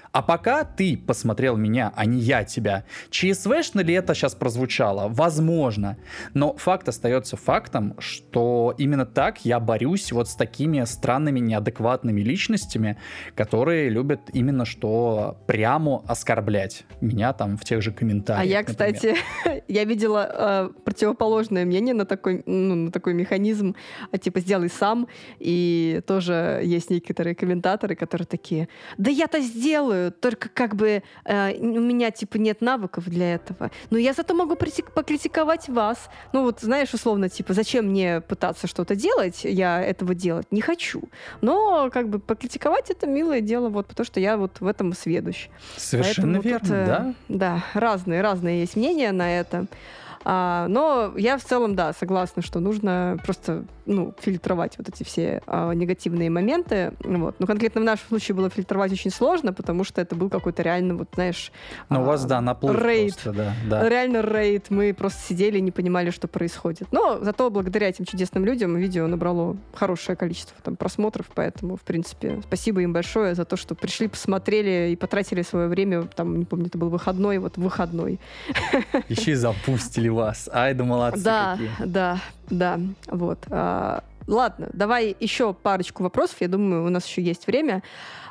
А пока ты посмотрел меня, а не я тебя. ЧСВшно ли это сейчас прозвучало? Возможно. Но факт остается фактом, что именно так я борюсь вот с такими странными, неадекватными личностями, которые любят именно что прямо оскорблять меня там в тех же комментариях. А я, например. кстати, я видела противоположное мнение на такой механизм, типа «сделай сам», и тоже есть некоторые комментаторы, которые такие: да я-то сделаю, только как бы у меня типа нет навыков для этого, но я зато могу покритиковать вас. Ну вот, знаешь, условно, типа, зачем мне пытаться что-то делать, я этого делать не хочу, но как бы покритиковать — это милое дело, вот, потому что я вот в этом сведущ. Совершенно Поэтому верно, да. Да, разные есть мнения на это. Но я в целом, да, согласна, что нужно просто, фильтровать вот эти все негативные моменты. Вот. Но конкретно в нашем случае было фильтровать очень сложно, потому что это был какой-то реально, вот, знаешь... Ну, у вас, да, наплыв рейд. просто, да. Реально рейд. Мы просто сидели и не понимали, что происходит. Но зато благодаря этим чудесным людям видео набрало хорошее количество там просмотров, поэтому, в принципе, спасибо им большое за то, что пришли, посмотрели и потратили свое время, там, не помню, это был выходной, вот выходной. Еще и запустили вас. Ай, да молодцы какие. Да, вот. Ладно, давай еще парочку вопросов. Я думаю, у нас еще есть время.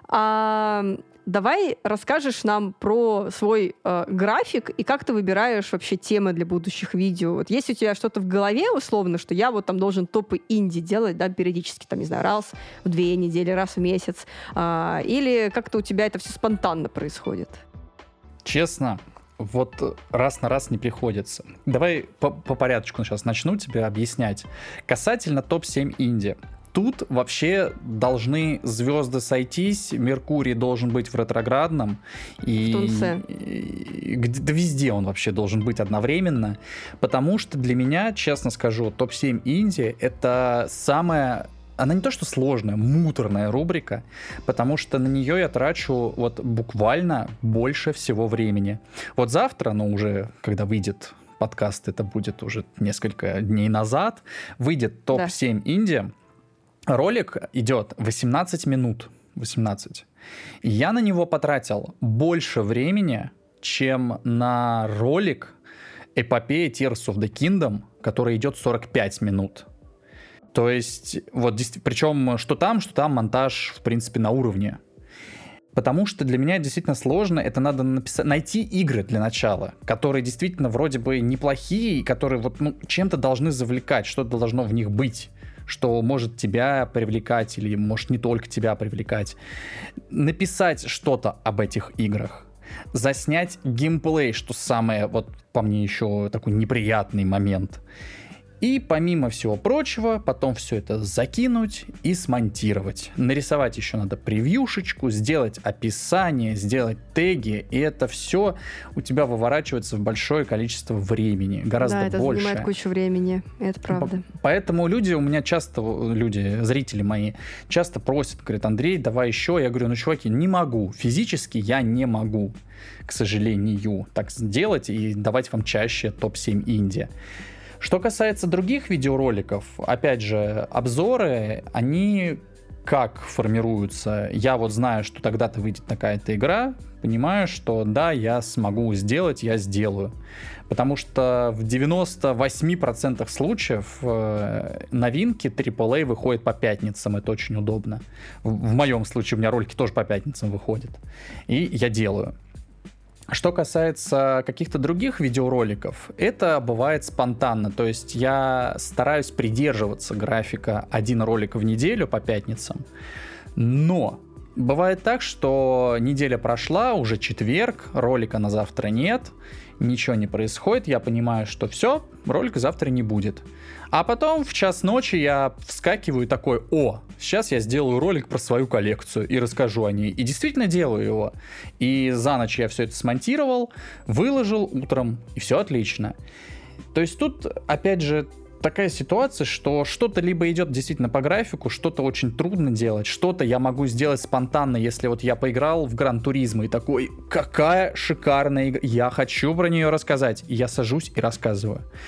Давай расскажешь нам про свой график и как ты выбираешь вообще темы для будущих видео. Вот есть у тебя что-то в голове, условно, что я вот там должен топы инди делать, да, периодически, там, не знаю, раз в 2 недели, раз в месяц, или как-то у тебя это все спонтанно происходит? Честно, вот раз на раз не приходится. Давай по порядочку сейчас начну тебе объяснять. Касательно топ-7 инди. Тут вообще должны звезды сойтись, Меркурий должен быть в ретроградном. И, в Тунце. Да везде он вообще должен быть одновременно. Потому что для меня, честно скажу, топ-7 инди — это самая... Она не то что сложная, муторная рубрика, потому что на нее я трачу вот буквально больше всего времени. Вот завтра, уже когда выйдет подкаст, это будет уже несколько дней назад, выйдет топ-7 инди. Ролик идет 18 минут. 18. И я на него потратил больше времени, чем на ролик эпопея Tears of the Kingdom, который идет 45 минут. То есть, вот, причем что там монтаж, в принципе, на уровне. Потому что для меня действительно сложно, это надо найти игры для начала, которые действительно вроде бы неплохие, и которые вот, чем-то должны завлекать, что-то должно в них быть, что может тебя привлекать или может не только тебя привлекать. Написать что-то об этих играх. Заснять геймплей, что самое, вот по мне, еще такой неприятный момент. И помимо всего прочего, потом все это закинуть и смонтировать. Нарисовать еще надо превьюшечку, сделать описание, сделать теги, и это все у тебя выворачивается в большое количество времени, гораздо больше. Да, это занимает кучу времени, это правда. Поэтому зрители мои, часто просят, говорят: Андрей, давай еще. Я говорю: чуваки, не могу, физически я не могу, к сожалению, так сделать и давать вам чаще топ-7 инди. Что касается других видеороликов, опять же, обзоры, они как формируются? Я вот знаю, что тогда-то выйдет такая-то игра, понимаю, что да, я смогу сделать, я сделаю. Потому что в 98% случаев новинки AAA выходят по пятницам, это очень удобно. В моем случае у меня ролики тоже по пятницам выходят. И я делаю. Что касается каких-то других видеороликов, это бывает спонтанно. То есть я стараюсь придерживаться графика 1 ролик в неделю по пятницам. Но бывает так, что неделя прошла, уже четверг, ролика на завтра нет, ничего не происходит, я понимаю, что все, ролика завтра не будет. А потом в час ночи я вскакиваю такой: сейчас я сделаю ролик про свою коллекцию и расскажу о ней. И действительно делаю его. И за ночь я все это смонтировал, выложил утром, и все отлично. То есть тут, опять же, такая ситуация, что что-то либо идет действительно по графику, что-то очень трудно делать, что-то я могу сделать спонтанно, если вот я поиграл в Гран-туризмо и такой: какая шикарная игра, я хочу про нее рассказать. И я сажусь и рассказываю.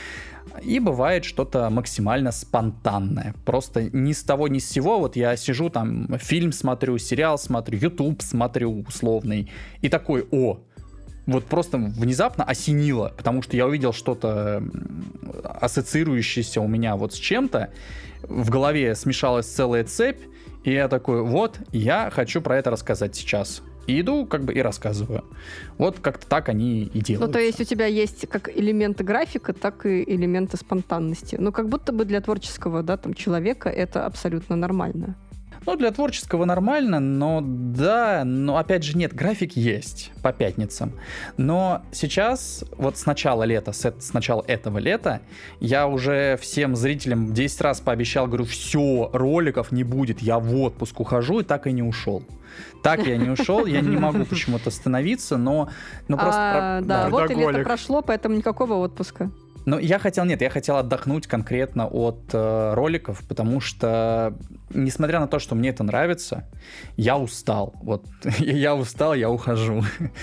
И бывает что-то максимально спонтанное. Просто ни с того ни с сего. Вот я сижу там, фильм смотрю, сериал смотрю, YouTube смотрю условный. И такой, вот просто внезапно осенило, потому что я увидел что-то ассоциирующееся у меня вот с чем-то. В голове смешалась целая цепь. И я такой, я хочу про это рассказать сейчас. И иду, и рассказываю. Вот как-то так они и делают. Ну, то есть у тебя есть как элементы графика, так и элементы спонтанности. Ну, как будто бы для творческого, там, человека это абсолютно нормально. Ну, для творческого нормально, но опять же нет, график есть по пятницам. Но сейчас, вот с начала этого лета, я уже всем зрителям 10 раз пообещал, говорю, все, роликов не будет, я в отпуск ухожу, и так и не ушел. Так я не ушел, я не могу почему-то остановиться, но просто... Вот и лето прошло, поэтому никакого отпуска. Но я хотел отдохнуть конкретно от роликов, потому что, несмотря на то, что мне это нравится, я устал. Вот, я устал, я ухожу.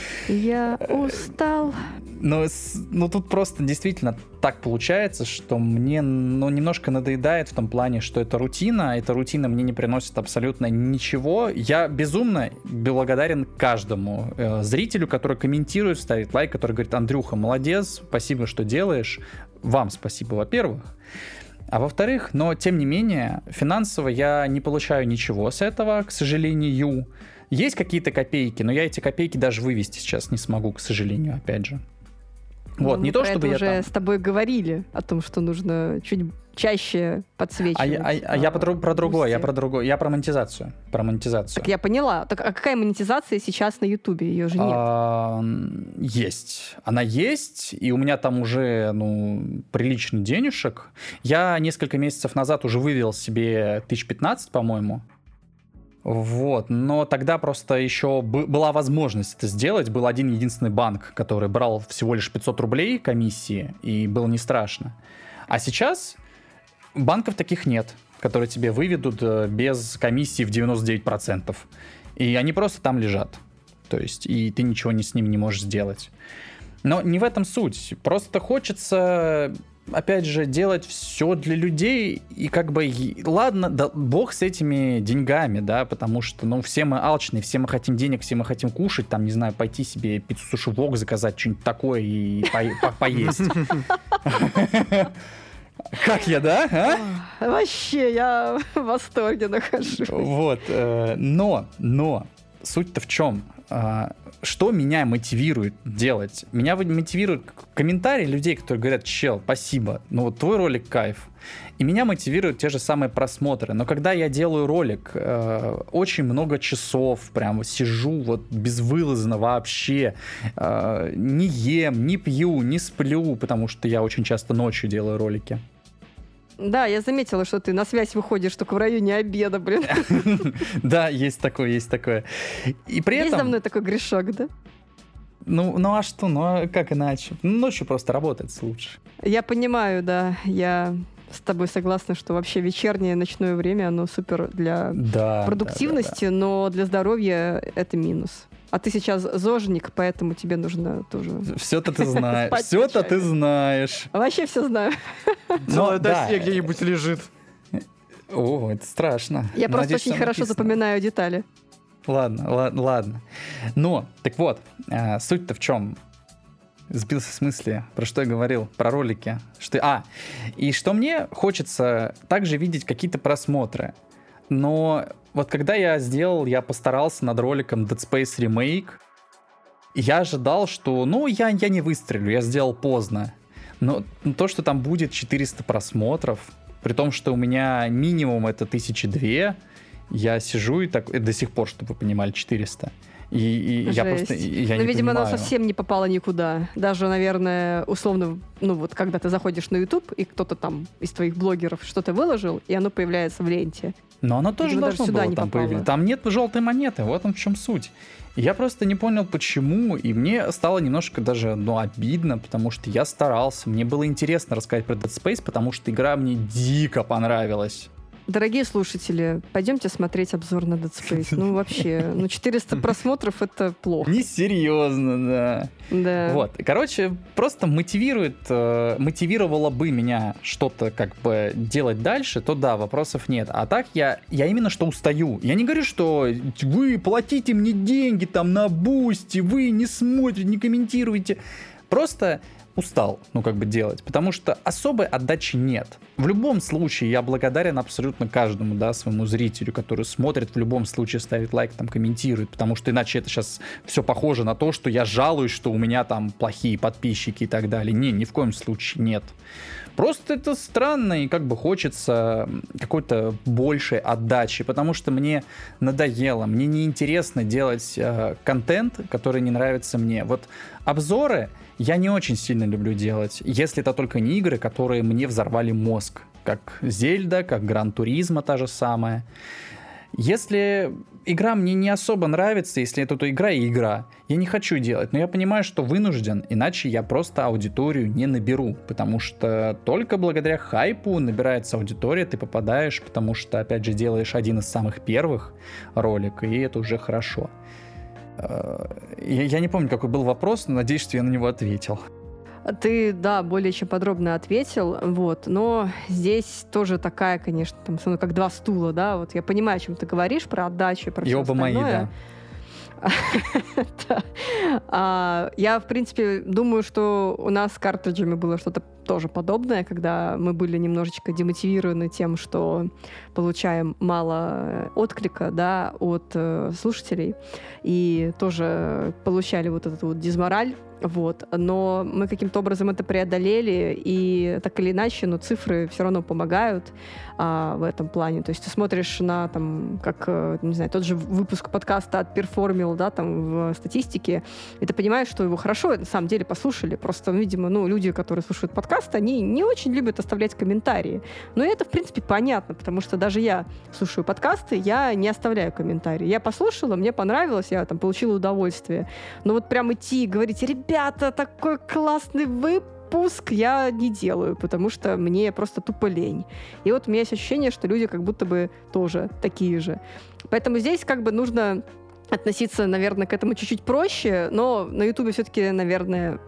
Я устал. Но тут просто действительно так получается, что мне немножко надоедает в том плане, что эта рутина мне не приносит абсолютно ничего. Я безумно благодарен каждому зрителю, который комментирует, ставит лайк, который говорит: Андрюха, молодец, спасибо, что делаешь. Вам спасибо, во-первых. А во-вторых, но тем не менее, финансово я не получаю ничего с этого, к сожалению. Есть какие-то копейки, но я эти копейки даже вывести сейчас не смогу, к сожалению, опять же. Вот, не то, чтобы я уже с тобой говорили о том, что нужно чуть чаще подсвечивать. Я про другое, я про монетизацию. Так я поняла. Так, а какая монетизация сейчас на Ютубе? Ее же нет. Есть. Она есть, и у меня там уже, приличный денежек. Я несколько месяцев назад уже вывел себе 15 по-моему. Вот, но тогда просто еще была возможность это сделать. Был один единственный банк, который брал всего лишь 500 рублей комиссии, и было не страшно. А сейчас банков таких нет, которые тебе выведут без комиссии в 99%. И они просто там лежат. То есть, и ты ничего с ними не можешь сделать. Но не в этом суть. Просто хочется... опять же, делать все для людей, и ладно, да, бог с этими деньгами, да, потому что, все мы алчные, все мы хотим денег, все мы хотим кушать, там, не знаю, пойти себе пиццу суши-вок заказать, что-нибудь такое и поесть. Как я, да? Вообще, я в восторге нахожусь. Вот, но суть-то в чем? Что меня мотивирует делать? Меня мотивируют комментарии людей, которые говорят: чел, спасибо, твой ролик кайф. И меня мотивируют те же самые просмотры. Но когда я делаю ролик, очень много часов прям сижу безвылазно вообще, не ем, не пью, не сплю, потому что я очень часто ночью делаю ролики. Да, я заметила, что ты на связь выходишь только в районе обеда, блин. Да, есть такое. И при этом... Есть за мной такой грешок, да? А что? Как иначе? Ночью просто работать лучше. Я понимаю, да. Я с тобой согласна, что вообще вечернее, ночное время, оно супер для продуктивности, но для здоровья это минус. А ты сейчас зожник, поэтому тебе нужно тоже... Все-то ты знаешь. Все-то ты знаешь. Вообще все знаю. Целое досье где-нибудь лежит. О, это страшно. Я просто очень хорошо запоминаю детали. Ладно. Но, так вот, суть-то в чем? Сбился с мысли, про что я говорил, про ролики. И что мне хочется также видеть какие-то просмотры. Но когда я постарался над роликом Dead Space Remake, я ожидал, что, я не выстрелю, я сделал поздно. Но то, что там будет 400 просмотров, при том, что у меня минимум это 1002, я сижу и до сих пор, чтобы вы понимали, 400. И я просто я не видимо, понимаю. она совсем не попала никуда. Даже, наверное, условно, когда ты заходишь на YouTube, и кто-то там из твоих блогеров что-то выложил, и оно появляется в ленте. Но оно тоже должно было там появиться. Там нет желтой монеты, вот в чем суть. Я просто не понял, почему, и мне стало немножко даже, обидно, потому что я старался, мне было интересно рассказать про Dead Space, потому что игра мне дико понравилась. Дорогие слушатели, пойдемте смотреть обзор на Dead Space. Ну, вообще, 400 просмотров — это плохо. Несерьезно, да. Да. Вот, короче, просто мотивировало бы меня что-то как бы делать дальше, то да, вопросов нет. А так я именно что устаю. Я не говорю, что вы платите мне деньги там на Бусти, вы не смотрите, не комментируете. Просто устал, делать, потому что особой отдачи нет. В любом случае, я благодарен абсолютно каждому, да, своему зрителю, который смотрит, в любом случае ставит лайк, там, комментирует, потому что иначе это сейчас все похоже на то, что я жалуюсь, что у меня там плохие подписчики и так далее. Не, ни в коем случае нет. Просто это странно, и хочется какой-то большей отдачи, потому что мне надоело, мне неинтересно делать контент, который не нравится мне. Вот обзоры я не очень сильно люблю делать, если это только не игры, которые мне взорвали мозг, как Зельда, как Гран Туризмо та же самая. Если игра мне не особо нравится, если это игра и игра, я не хочу делать, но я понимаю, что вынужден, иначе я просто аудиторию не наберу, потому что только благодаря хайпу набирается аудитория, ты попадаешь, потому что, опять же, делаешь один из самых первых ролик, и это уже хорошо. Я не помню, какой был вопрос, но надеюсь, что я на него ответил. Ты, да, более чем подробно ответил, вот, но здесь тоже такая, конечно, там, как два стула, да, вот я понимаю, о чем ты говоришь, про отдачу, про все остальное. И оба мои, да. Я, в принципе, думаю, что у нас с картриджами было что-то тоже подобное, когда мы были немножечко демотивированы тем, что получаем мало отклика, да, от слушателей, и тоже получали вот этот вот дизмораль. Вот. Но мы каким-то образом это преодолели, и так или иначе, но цифры все равно помогают в этом плане. То есть ты смотришь на, там, как, не знаю, тот же выпуск подкаста отперформил, да, там, в статистике, и ты понимаешь, что его хорошо, на самом деле, послушали. Просто, видимо, люди, которые слушают подкаст, они не очень любят оставлять комментарии. Но это, в принципе, понятно, потому что даже я слушаю подкасты, я не оставляю комментарии. Я послушала, мне понравилось, я там получила удовольствие. Но вот прям идти и говорить: ребята, такой классный выпуск, я не делаю, потому что мне просто тупо лень. И вот у меня есть ощущение, что люди как будто бы тоже такие же. Поэтому здесь нужно относиться, наверное, к этому чуть-чуть проще, но на Ютубе все-таки, наверное,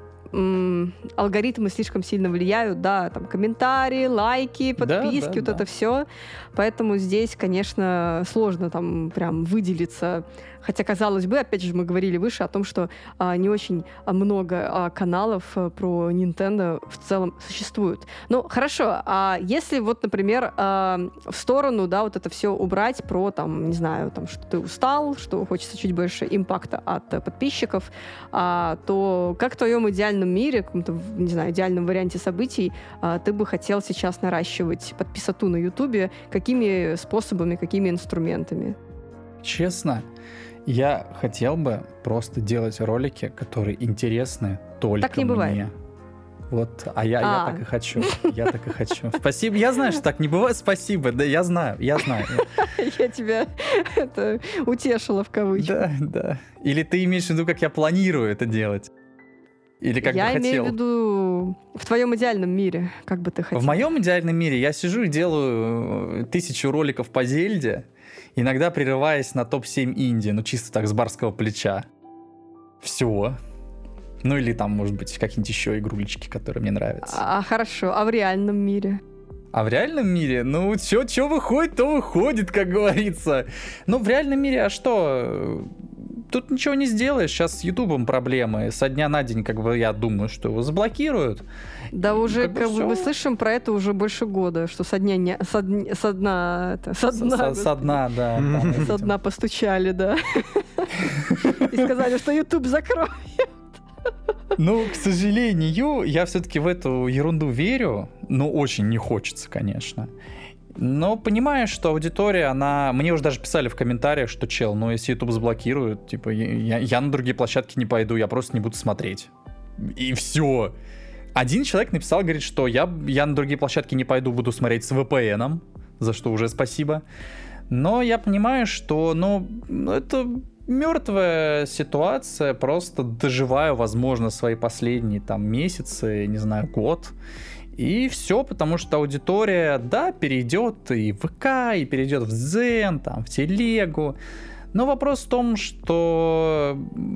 алгоритмы слишком сильно влияют, да, там комментарии, лайки, подписки, это все. Поэтому здесь, конечно, сложно там прям выделиться. Хотя, казалось бы, опять же, мы говорили выше о том, что не очень много каналов про Nintendo в целом существует. Ну, хорошо, а если вот, например, в сторону, да, вот это все убрать про, там, не знаю, там, что ты устал, что хочется чуть больше импакта от подписчиков, то как в твоем идеальном мире, каком-то, не знаю, идеальном варианте событий ты бы хотел сейчас наращивать подписоту на Ютубе? Какими способами, какими инструментами? Честно, я хотел бы просто делать ролики, которые интересны только так не мне. Бывает. Вот, я так и хочу. Я так и хочу. Спасибо. Я знаю, что так не бывает. Спасибо. Да, я знаю. Я тебя утешила в кавычках. Да. Или ты имеешь в виду, как я планирую это делать? Или как бы хотел? Я имею в виду в твоем идеальном мире, как бы ты хотел. В моем идеальном мире я сижу и делаю 1000 роликов по Зельде, иногда прерываясь на топ-7 инди, чисто так с барского плеча. Все. Или там, может быть, какие-нибудь еще игрулечки, которые мне нравятся. Хорошо, а в реальном мире? А в реальном мире, что выходит, то выходит, как говорится. В реальном мире, что? Тут ничего не сделаешь, сейчас с Ютубом проблемы. Со дня на день, я думаю, что его заблокируют. Да уже, мы слышим про это уже больше года, что со дня постучали, да. И сказали, что Ютуб закроют. К сожалению, я все-таки в эту ерунду верю, но очень не хочется, конечно. Но понимаешь, что аудитория, мне уже даже писали в комментариях, что чел, если YouTube заблокируют, я на другие площадки не пойду, я просто не буду смотреть. И все. Один человек написал, говорит, что я на другие площадки не пойду, буду смотреть с VPN-ом, за что уже спасибо. Но я понимаю, что, это мертвая ситуация, просто доживаю, возможно, свои последние месяцы, не знаю, год. И все, потому что аудитория, да, перейдет и в ВК, и перейдет в Дзен, там, в Телегу. Но вопрос в том, что...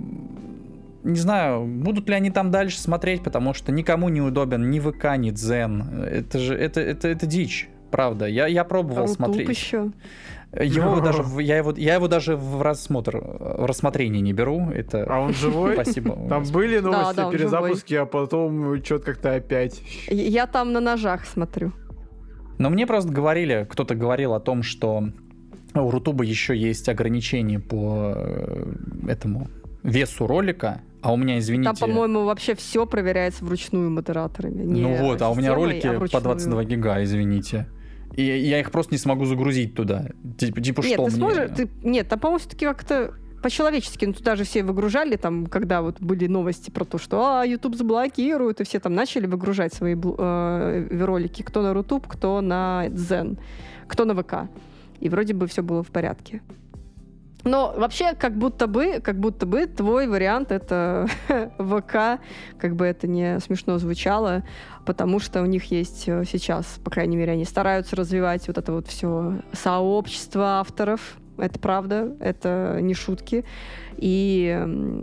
Не знаю, будут ли они там дальше смотреть, потому что никому не удобен ни ВК, ни Дзен. Это же, это дичь, правда. Я пробовал смотреть. Еще. Я его даже в рассмотрение не беру. Это... А он живой? Спасибо. Там были новости да, перезапуски, а потом что-то как-то опять. Я там на ножах смотрю. Но мне просто говорили, кто-то говорил о том, что у Рутуба еще есть ограничения по этому весу ролика. А у меня, извините... Там, по-моему, вообще все проверяется вручную модераторами. Ну вот, а у меня ролики по вручную. 22 гига, извините. И я их просто не смогу загрузить туда. Типа нет, что ты мне... сможешь... Нет, там, по-моему, все-таки как-то по-человечески. Ну, туда же все выгружали, там, когда вот были новости про то, что YouTube заблокируют, и все там начали выгружать свои ролики. Кто на Рутуб, кто на Дзен, кто на ВК. И вроде бы все было в порядке. Но вообще, как будто бы твой вариант — это ВК, как бы это не смешно звучало, потому что у них есть сейчас, по крайней мере, они стараются развивать вот это вот все сообщество авторов. Это правда, это не шутки. И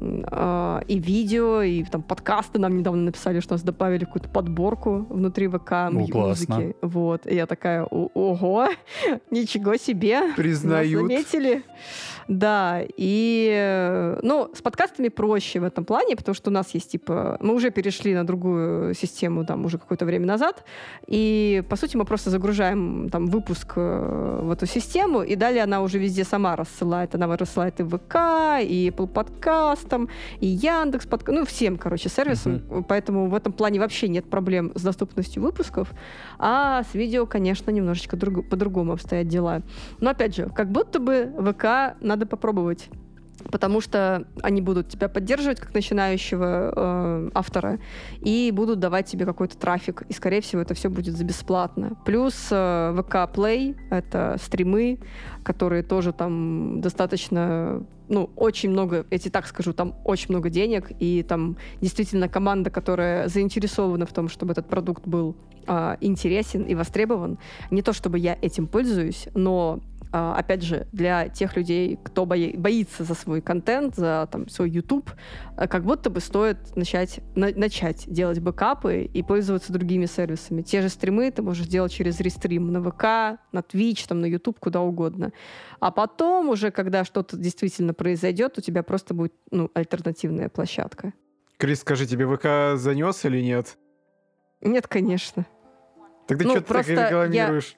видео, и там подкасты нам недавно написали, что нас добавили какую-то подборку внутри ВК музыки. Вот. И я такая, ого, ничего себе. Признают. Нас заметили. Да, и с подкастами проще в этом плане, потому что у нас есть, типа, мы уже перешли на другую систему там уже какое-то время назад, и, по сути, мы просто загружаем там выпуск в эту систему, и далее она уже везде сама рассылает. Она рассылает и в ВК, и Apple подкастам, и Яндекс подкастам, всем, короче, сервисам, поэтому в этом плане вообще нет проблем с доступностью выпусков, а с видео, конечно, немножечко по-другому обстоят дела. Но, опять же, как будто бы ВК надо попробовать, потому что они будут тебя поддерживать как начинающего автора и будут давать тебе какой-то трафик, и, скорее всего, это все будет за бесплатно. Плюс ВК Play — это стримы, которые тоже там достаточно... очень много, я тебе так скажу, там очень много денег, и там действительно команда, которая заинтересована в том, чтобы этот продукт был интересен и востребован. Не то чтобы я этим пользуюсь, но опять же, для тех людей, кто боится за свой контент, за там, свой YouTube, как будто бы стоит начать делать бэкапы и пользоваться другими сервисами. Те же стримы ты можешь делать через рестрим на ВК, на Twitch, там, на YouTube, куда угодно. А потом уже, когда что-то действительно произойдет, у тебя просто будет альтернативная площадка. Крис, скажи, тебе ВК занес или нет? Нет, конечно. Так ты что ты так рекламируешь?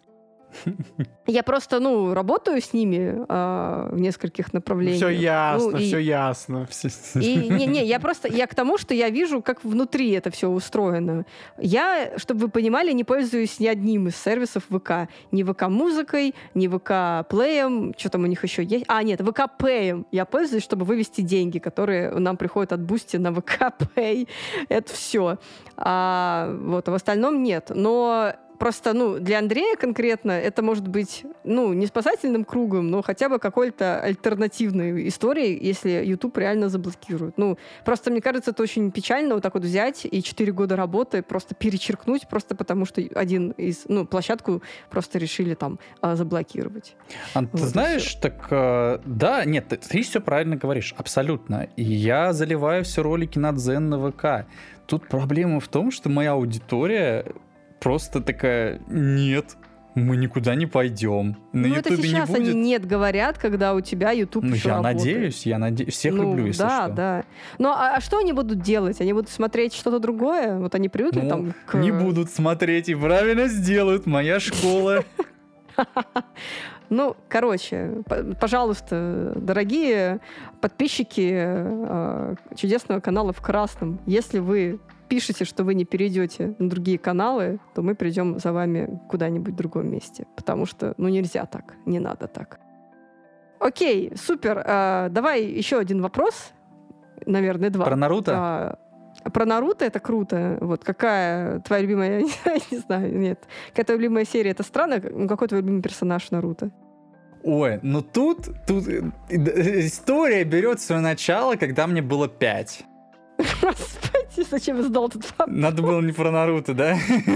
Я просто, работаю с ними в нескольких направлениях. Все ясно, все ясно. Я к тому, что я вижу, как внутри это все устроено. Я, чтобы вы понимали, не пользуюсь ни одним из сервисов ВК. Ни ВК-музыкой, ни ВК-плеем, что там у них еще есть. Нет, ВК-пэем. Я пользуюсь, чтобы вывести деньги, которые нам приходят от Boosty на ВК-пэй. Это все. А в остальном нет. Но просто, для Андрея конкретно это может быть, не спасательным кругом, но хотя бы какой-то альтернативной историей, если YouTube реально заблокирует. Просто, мне кажется, это очень печально вот так вот взять и 4 года работы просто перечеркнуть, просто потому что площадку просто решили там заблокировать. Ты знаешь, да, нет, ты все правильно говоришь, абсолютно. И я заливаю все ролики на Дзен, на ВК. Тут проблема в том, что моя аудитория просто такая: нет, мы никуда не пойдем. На это сейчас не будет. Они нет говорят, когда у тебя YouTube еще работает. Я надеюсь. Всех люблю, если что. Да. А что они будут делать? Они будут смотреть что-то другое? Вот они привыкли там к... Не будут смотреть и правильно сделают. Моя школа. Пожалуйста, дорогие подписчики чудесного канала «В красном», если вы пишите, что вы не перейдете на другие каналы, то мы придем за вами куда-нибудь в другом месте. Потому что, нельзя так, не надо так. Окей, супер. Давай еще один вопрос. Наверное, 2. Про Наруто? Про Наруто это круто. Вот какая твоя любимая... не знаю, нет. Какая твоя любимая серия? Это странно. Какой твой любимый персонаж Наруто? Ой, тут история берет свое начало, когда мне было 5. Господи. Зачем я задал этот вопрос? Надо было не про Наруто, да?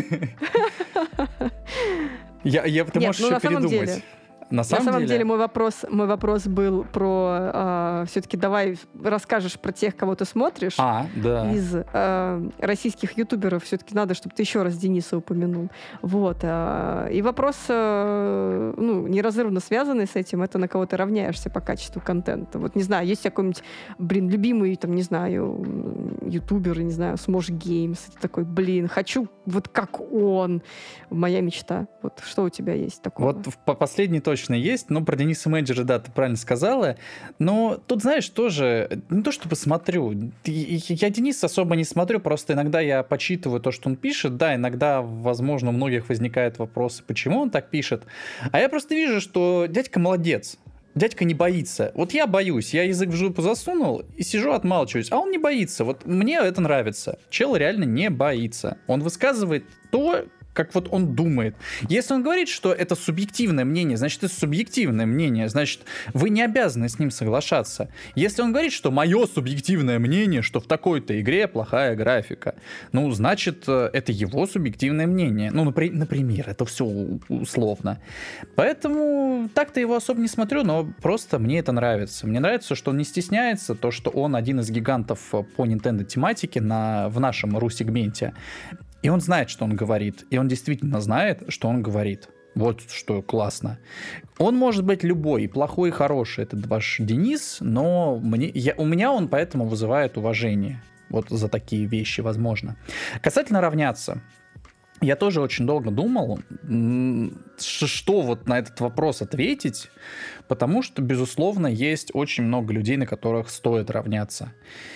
Ты можешь еще передумать. На самом деле мой вопрос был про все-таки давай расскажешь про тех, кого ты смотришь. Да. Из российских ютуберов все-таки надо, чтобы ты еще раз Дениса упомянул. Вот. И вопрос, неразрывно связанный с этим, это на кого ты равняешься по качеству контента. Вот не знаю, есть какой-нибудь, любимый, там, не знаю, ютубер, не знаю, Smosh Games. Ты такой, хочу вот как он. Моя мечта. Вот что у тебя есть такого? Вот по последней точно есть, но про Дениса Мэйджера, да, ты правильно сказала, но тут, знаешь, тоже не то чтобы смотрю, я Дениса особо не смотрю, просто иногда я почитываю то, что он пишет, да, иногда, возможно, у многих возникают вопросы, почему он так пишет, а я просто вижу, что дядька молодец. Дядька не боится. Вот я боюсь, я язык в жопу засунул и сижу, отмалчиваюсь, а он не боится. Вот мне это нравится. Чел реально не боится. Он высказывает то, как вот он думает. Если он говорит, что это субъективное мнение, значит, это субъективное мнение, значит, вы не обязаны с ним соглашаться. Если он говорит, что мое субъективное мнение, что в такой-то игре плохая графика, значит, это его субъективное мнение. Например, это все условно. Поэтому так-то его особо не смотрю, но просто мне это нравится. Мне нравится, что он не стесняется, то, что он один из гигантов по Nintendo тематике в нашем ру-сегменте. И он знает, что он говорит. И он действительно знает, что он говорит. Вот что классно. Он может быть любой, и плохой, и хороший. Это ваш Денис, но у меня он поэтому вызывает уважение. Вот за такие вещи, возможно. Касательно равняться. Я тоже очень долго думал, что вот на этот вопрос ответить, потому что, безусловно, есть очень много людей, на которых стоит равняться.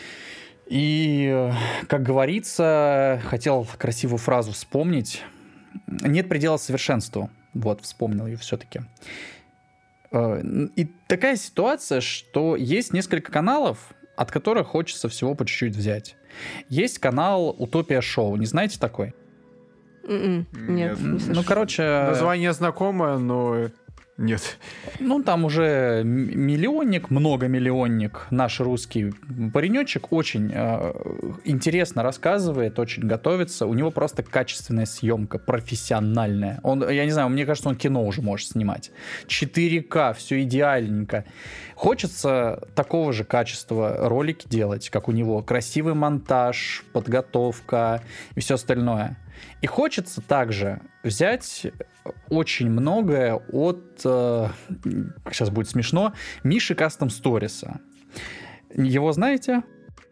И, как говорится, хотел красивую фразу вспомнить. Нет предела совершенству. Вот, вспомнил ее все-таки. И такая ситуация, что есть несколько каналов, от которых хочется всего по чуть-чуть взять. Есть канал Утопия Шоу. Не знаете такой? Нет, не слышал. Название знакомое, но... Нет. Там уже многомиллионник, наш русский паренечек, очень интересно рассказывает, очень готовится. У него просто качественная съемка, профессиональная. Я не знаю, мне кажется, он кино уже может снимать. 4К, все идеальненько. Хочется такого же качества ролики делать, как у него. Красивый монтаж, подготовка и все остальное. И хочется также взять очень многое от, сейчас будет смешно, Миши Кастом Сториса. Его знаете?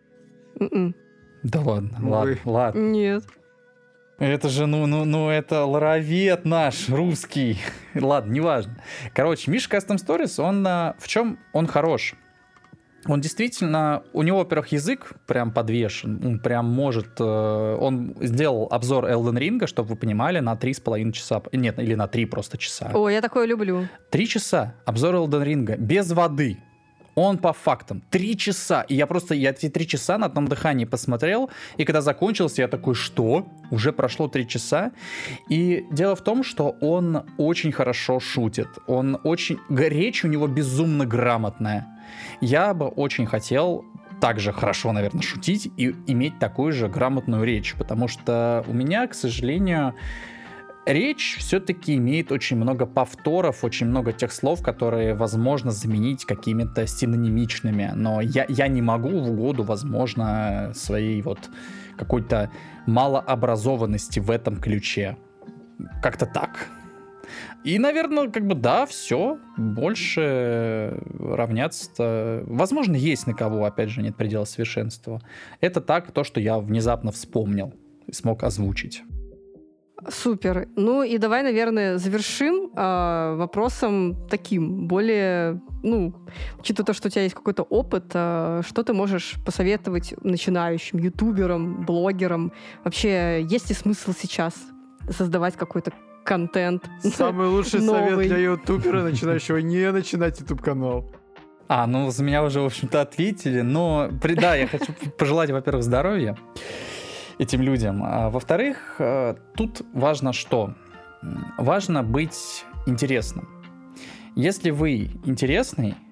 Да ладно. Нет. Это же, это лоровед наш, русский. Ладно, неважно. Короче, Миша Кастом Сторис, он в чем он хорош? Он действительно, у него, во-первых, язык прям подвешен, он прям может, он сделал обзор Elden Ring, чтобы вы понимали, на 3,5 часа, нет, или на 3 просто часа. О, я такое люблю. 3 часа, обзор Elden Ring, без воды. Он по фактам. 3 часа. И я эти 3 часа на одном дыхании посмотрел, и когда закончился, я такой, что? Уже прошло 3 часа. И дело в том, что он очень хорошо шутит. Речь у него безумно грамотная. Я бы очень хотел также хорошо, наверное, шутить и иметь такую же грамотную речь, потому что у меня, к сожалению, речь все-таки имеет очень много повторов, очень много тех слов, которые возможно заменить какими-то синонимичными, но я не могу в угоду, возможно, своей вот какой-то малообразованности в этом ключе. Как-то так. И, наверное, все, больше равняться-то... Возможно, есть на кого, опять же, нет предела совершенства. Это то, что я внезапно вспомнил и смог озвучить. Супер. И давай, наверное, завершим вопросом таким, более, учитывая то, что у тебя есть какой-то опыт, что ты можешь посоветовать начинающим ютуберам, блогерам? Вообще, есть ли смысл сейчас создавать какой-то контент? Самый лучший совет для ютубера, начинающего: не начинать ютуб-канал. За меня уже, в общем-то, ответили, но, да, я хочу пожелать, во-первых, здоровья этим людям. А во-вторых, тут важно что? Важно быть интересным. Если вы интересный,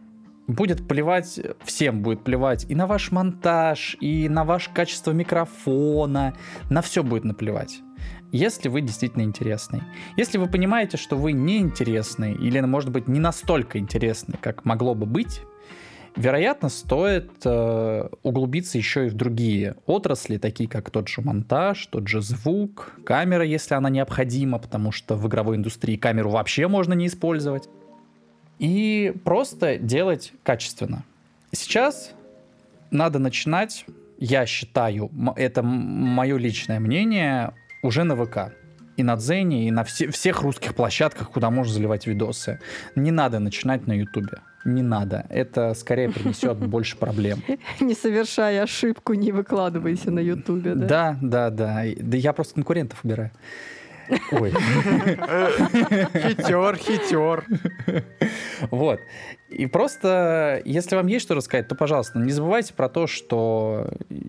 будет плевать, всем будет плевать и на ваш монтаж, и на ваше качество микрофона, на все будет наплевать. Если вы действительно интересный. Если вы понимаете, что вы не интересный, или, может быть, не настолько интересный, как могло бы быть, вероятно, стоит углубиться еще и в другие отрасли, такие как тот же монтаж, тот же звук, камера, если она необходима, потому что в игровой индустрии камеру вообще можно не использовать. И просто делать качественно. Сейчас надо начинать, я считаю, это мое личное мнение, уже на ВК. И на Дзене, и на всех русских площадках, куда можно заливать видосы. Не надо начинать на Ютубе. Не надо. Это скорее принесет больше проблем. Не совершай ошибку, не выкладывайся на Ютубе, да? Да. Да я просто конкурентов убираю. Ой. Хитер. Вот. И просто, если вам есть что рассказать, то, пожалуйста, не забывайте про то, что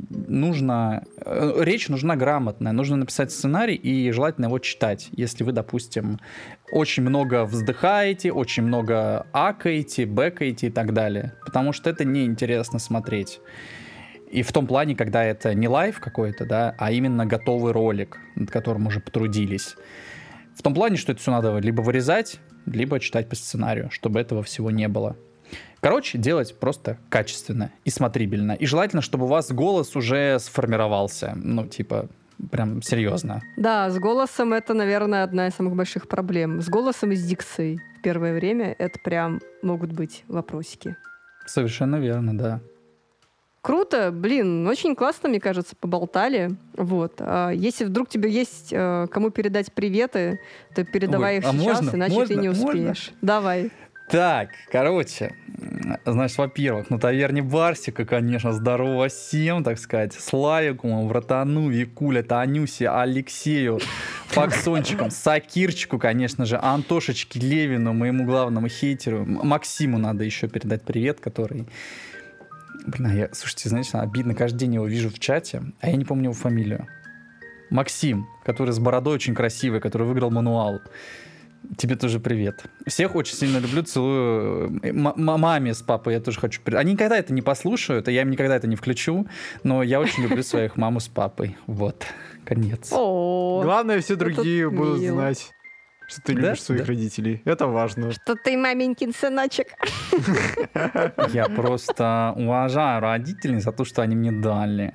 речь нужна грамотная. Нужно написать сценарий и желательно его читать. Если вы, допустим, очень много вздыхаете, очень много акаете, бэкаете и так далее. Потому что это неинтересно смотреть. И в том плане, когда это не лайв какой-то, да, а именно готовый ролик, над которым уже потрудились. В том плане, что это все надо либо вырезать, либо читать по сценарию, чтобы этого всего не было. Короче, делать просто качественно и смотрибельно. И желательно, чтобы у вас голос уже сформировался. Прям серьезно. Да, с голосом это, наверное, одна из самых больших проблем. С голосом и с дикцией в первое время это прям могут быть вопросики. Совершенно верно, да. Круто, очень классно, мне кажется, поболтали. Вот. Если вдруг тебе есть кому передать приветы, то передавай их сейчас, иначе ты не успеешь. Давай. Так, значит, во-первых, на таверне Барсика, конечно, здорово всем, так сказать, Славику, Вратану, Викуля, Танюсе, Алексею, Факсончикам, Сакирчику, конечно же, Антошечке Левину, моему главному хейтеру, Максиму надо еще передать привет, который... слушайте, знаете, обидно, каждый день его вижу в чате, а я не помню его фамилию. Максим, который с бородой очень красивый, который выиграл мануал. Тебе тоже привет. Всех очень сильно люблю, целую. Маме с папой я тоже хочу привет. Они никогда это не послушают, и я им никогда это не включу, но я очень люблю своих маму с папой. Вот, конец. Главное, все другие будут знать, что ты любишь своих родителей. Это важно. Что ты маменькин сыночек. Я просто уважаю родителей за то, что они мне дали.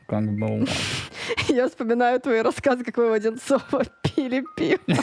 Я вспоминаю твои рассказы, как вы в Одинцово пили пиво.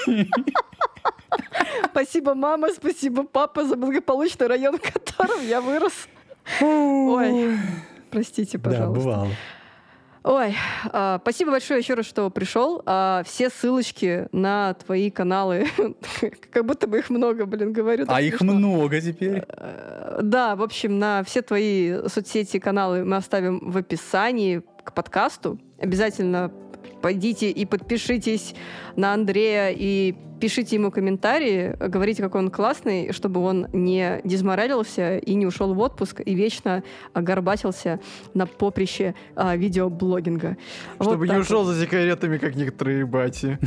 Спасибо, мама, спасибо, папа, за благополучный район, в котором я вырос. Ой, простите, пожалуйста. Да, бывало. Ой, спасибо большое еще раз, что пришел. Все ссылочки на твои каналы, как будто бы их много, говорю. А их много теперь. Да, в общем, на все твои соцсети, каналы мы оставим в описании к подкасту. Обязательно пойдите и подпишитесь на Андрея и пишите ему комментарии, говорите, какой он классный, чтобы он не дезморалился и не ушел в отпуск и вечно горбатился на поприще видеоблогинга. Чтобы не ушел за сигаретами, как некоторые бати.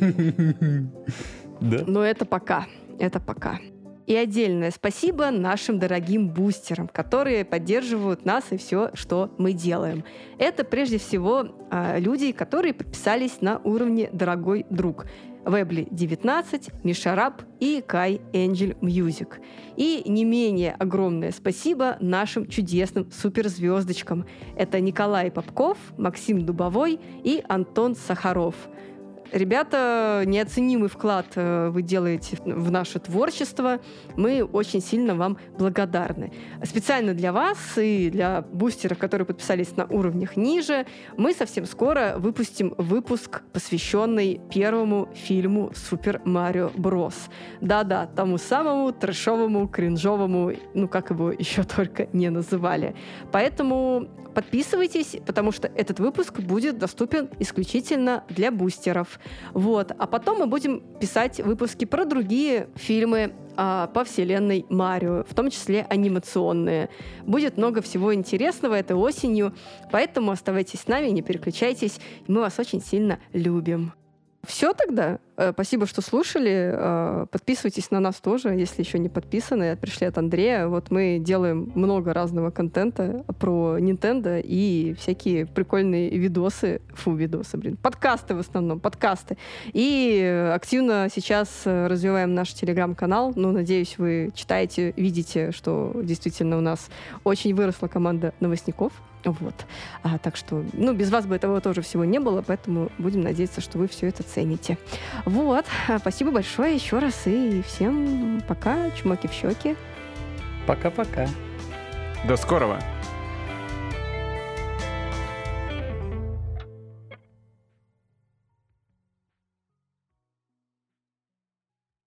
Но это пока. И отдельное спасибо нашим дорогим бустерам, которые поддерживают нас и все, что мы делаем. Это прежде всего люди, которые подписались на уровне «Дорогой друг». Вебли 19, Мишараб и Кай Angel Music. И не менее огромное спасибо нашим чудесным суперзвездочкам. Это Николай Попков, Максим Дубовой и Антон Сахаров. Ребята, неоценимый вклад вы делаете в наше творчество. Мы очень сильно вам благодарны. Специально для вас и для бустеров, которые подписались на уровнях ниже, мы совсем скоро выпустим выпуск, посвященный первому фильму «Супер Марио Брос». Да-да, тому самому трэшовому, кринжовому, как его еще только не называли. Поэтому подписывайтесь, потому что этот выпуск будет доступен исключительно для бустеров. Вот. А потом мы будем писать выпуски про другие фильмы по вселенной Марио, в том числе анимационные. Будет много всего интересного этой осенью, поэтому оставайтесь с нами, не переключайтесь, мы вас очень сильно любим. Все тогда. Спасибо, что слушали. Подписывайтесь на нас тоже, если еще не подписаны. Пришли от Андрея. Вот мы делаем много разного контента про Nintendo и всякие прикольные подкасты в основном, подкасты. И активно сейчас развиваем наш телеграм-канал. Ну, надеюсь, вы читаете, видите, что действительно у нас очень выросла команда новостников. Вот. Так что, без вас бы этого тоже всего не было, поэтому будем надеяться, что вы все это цените. Вот. Спасибо большое еще раз и всем пока. Чмоки в щеки. Пока-пока. До скорого.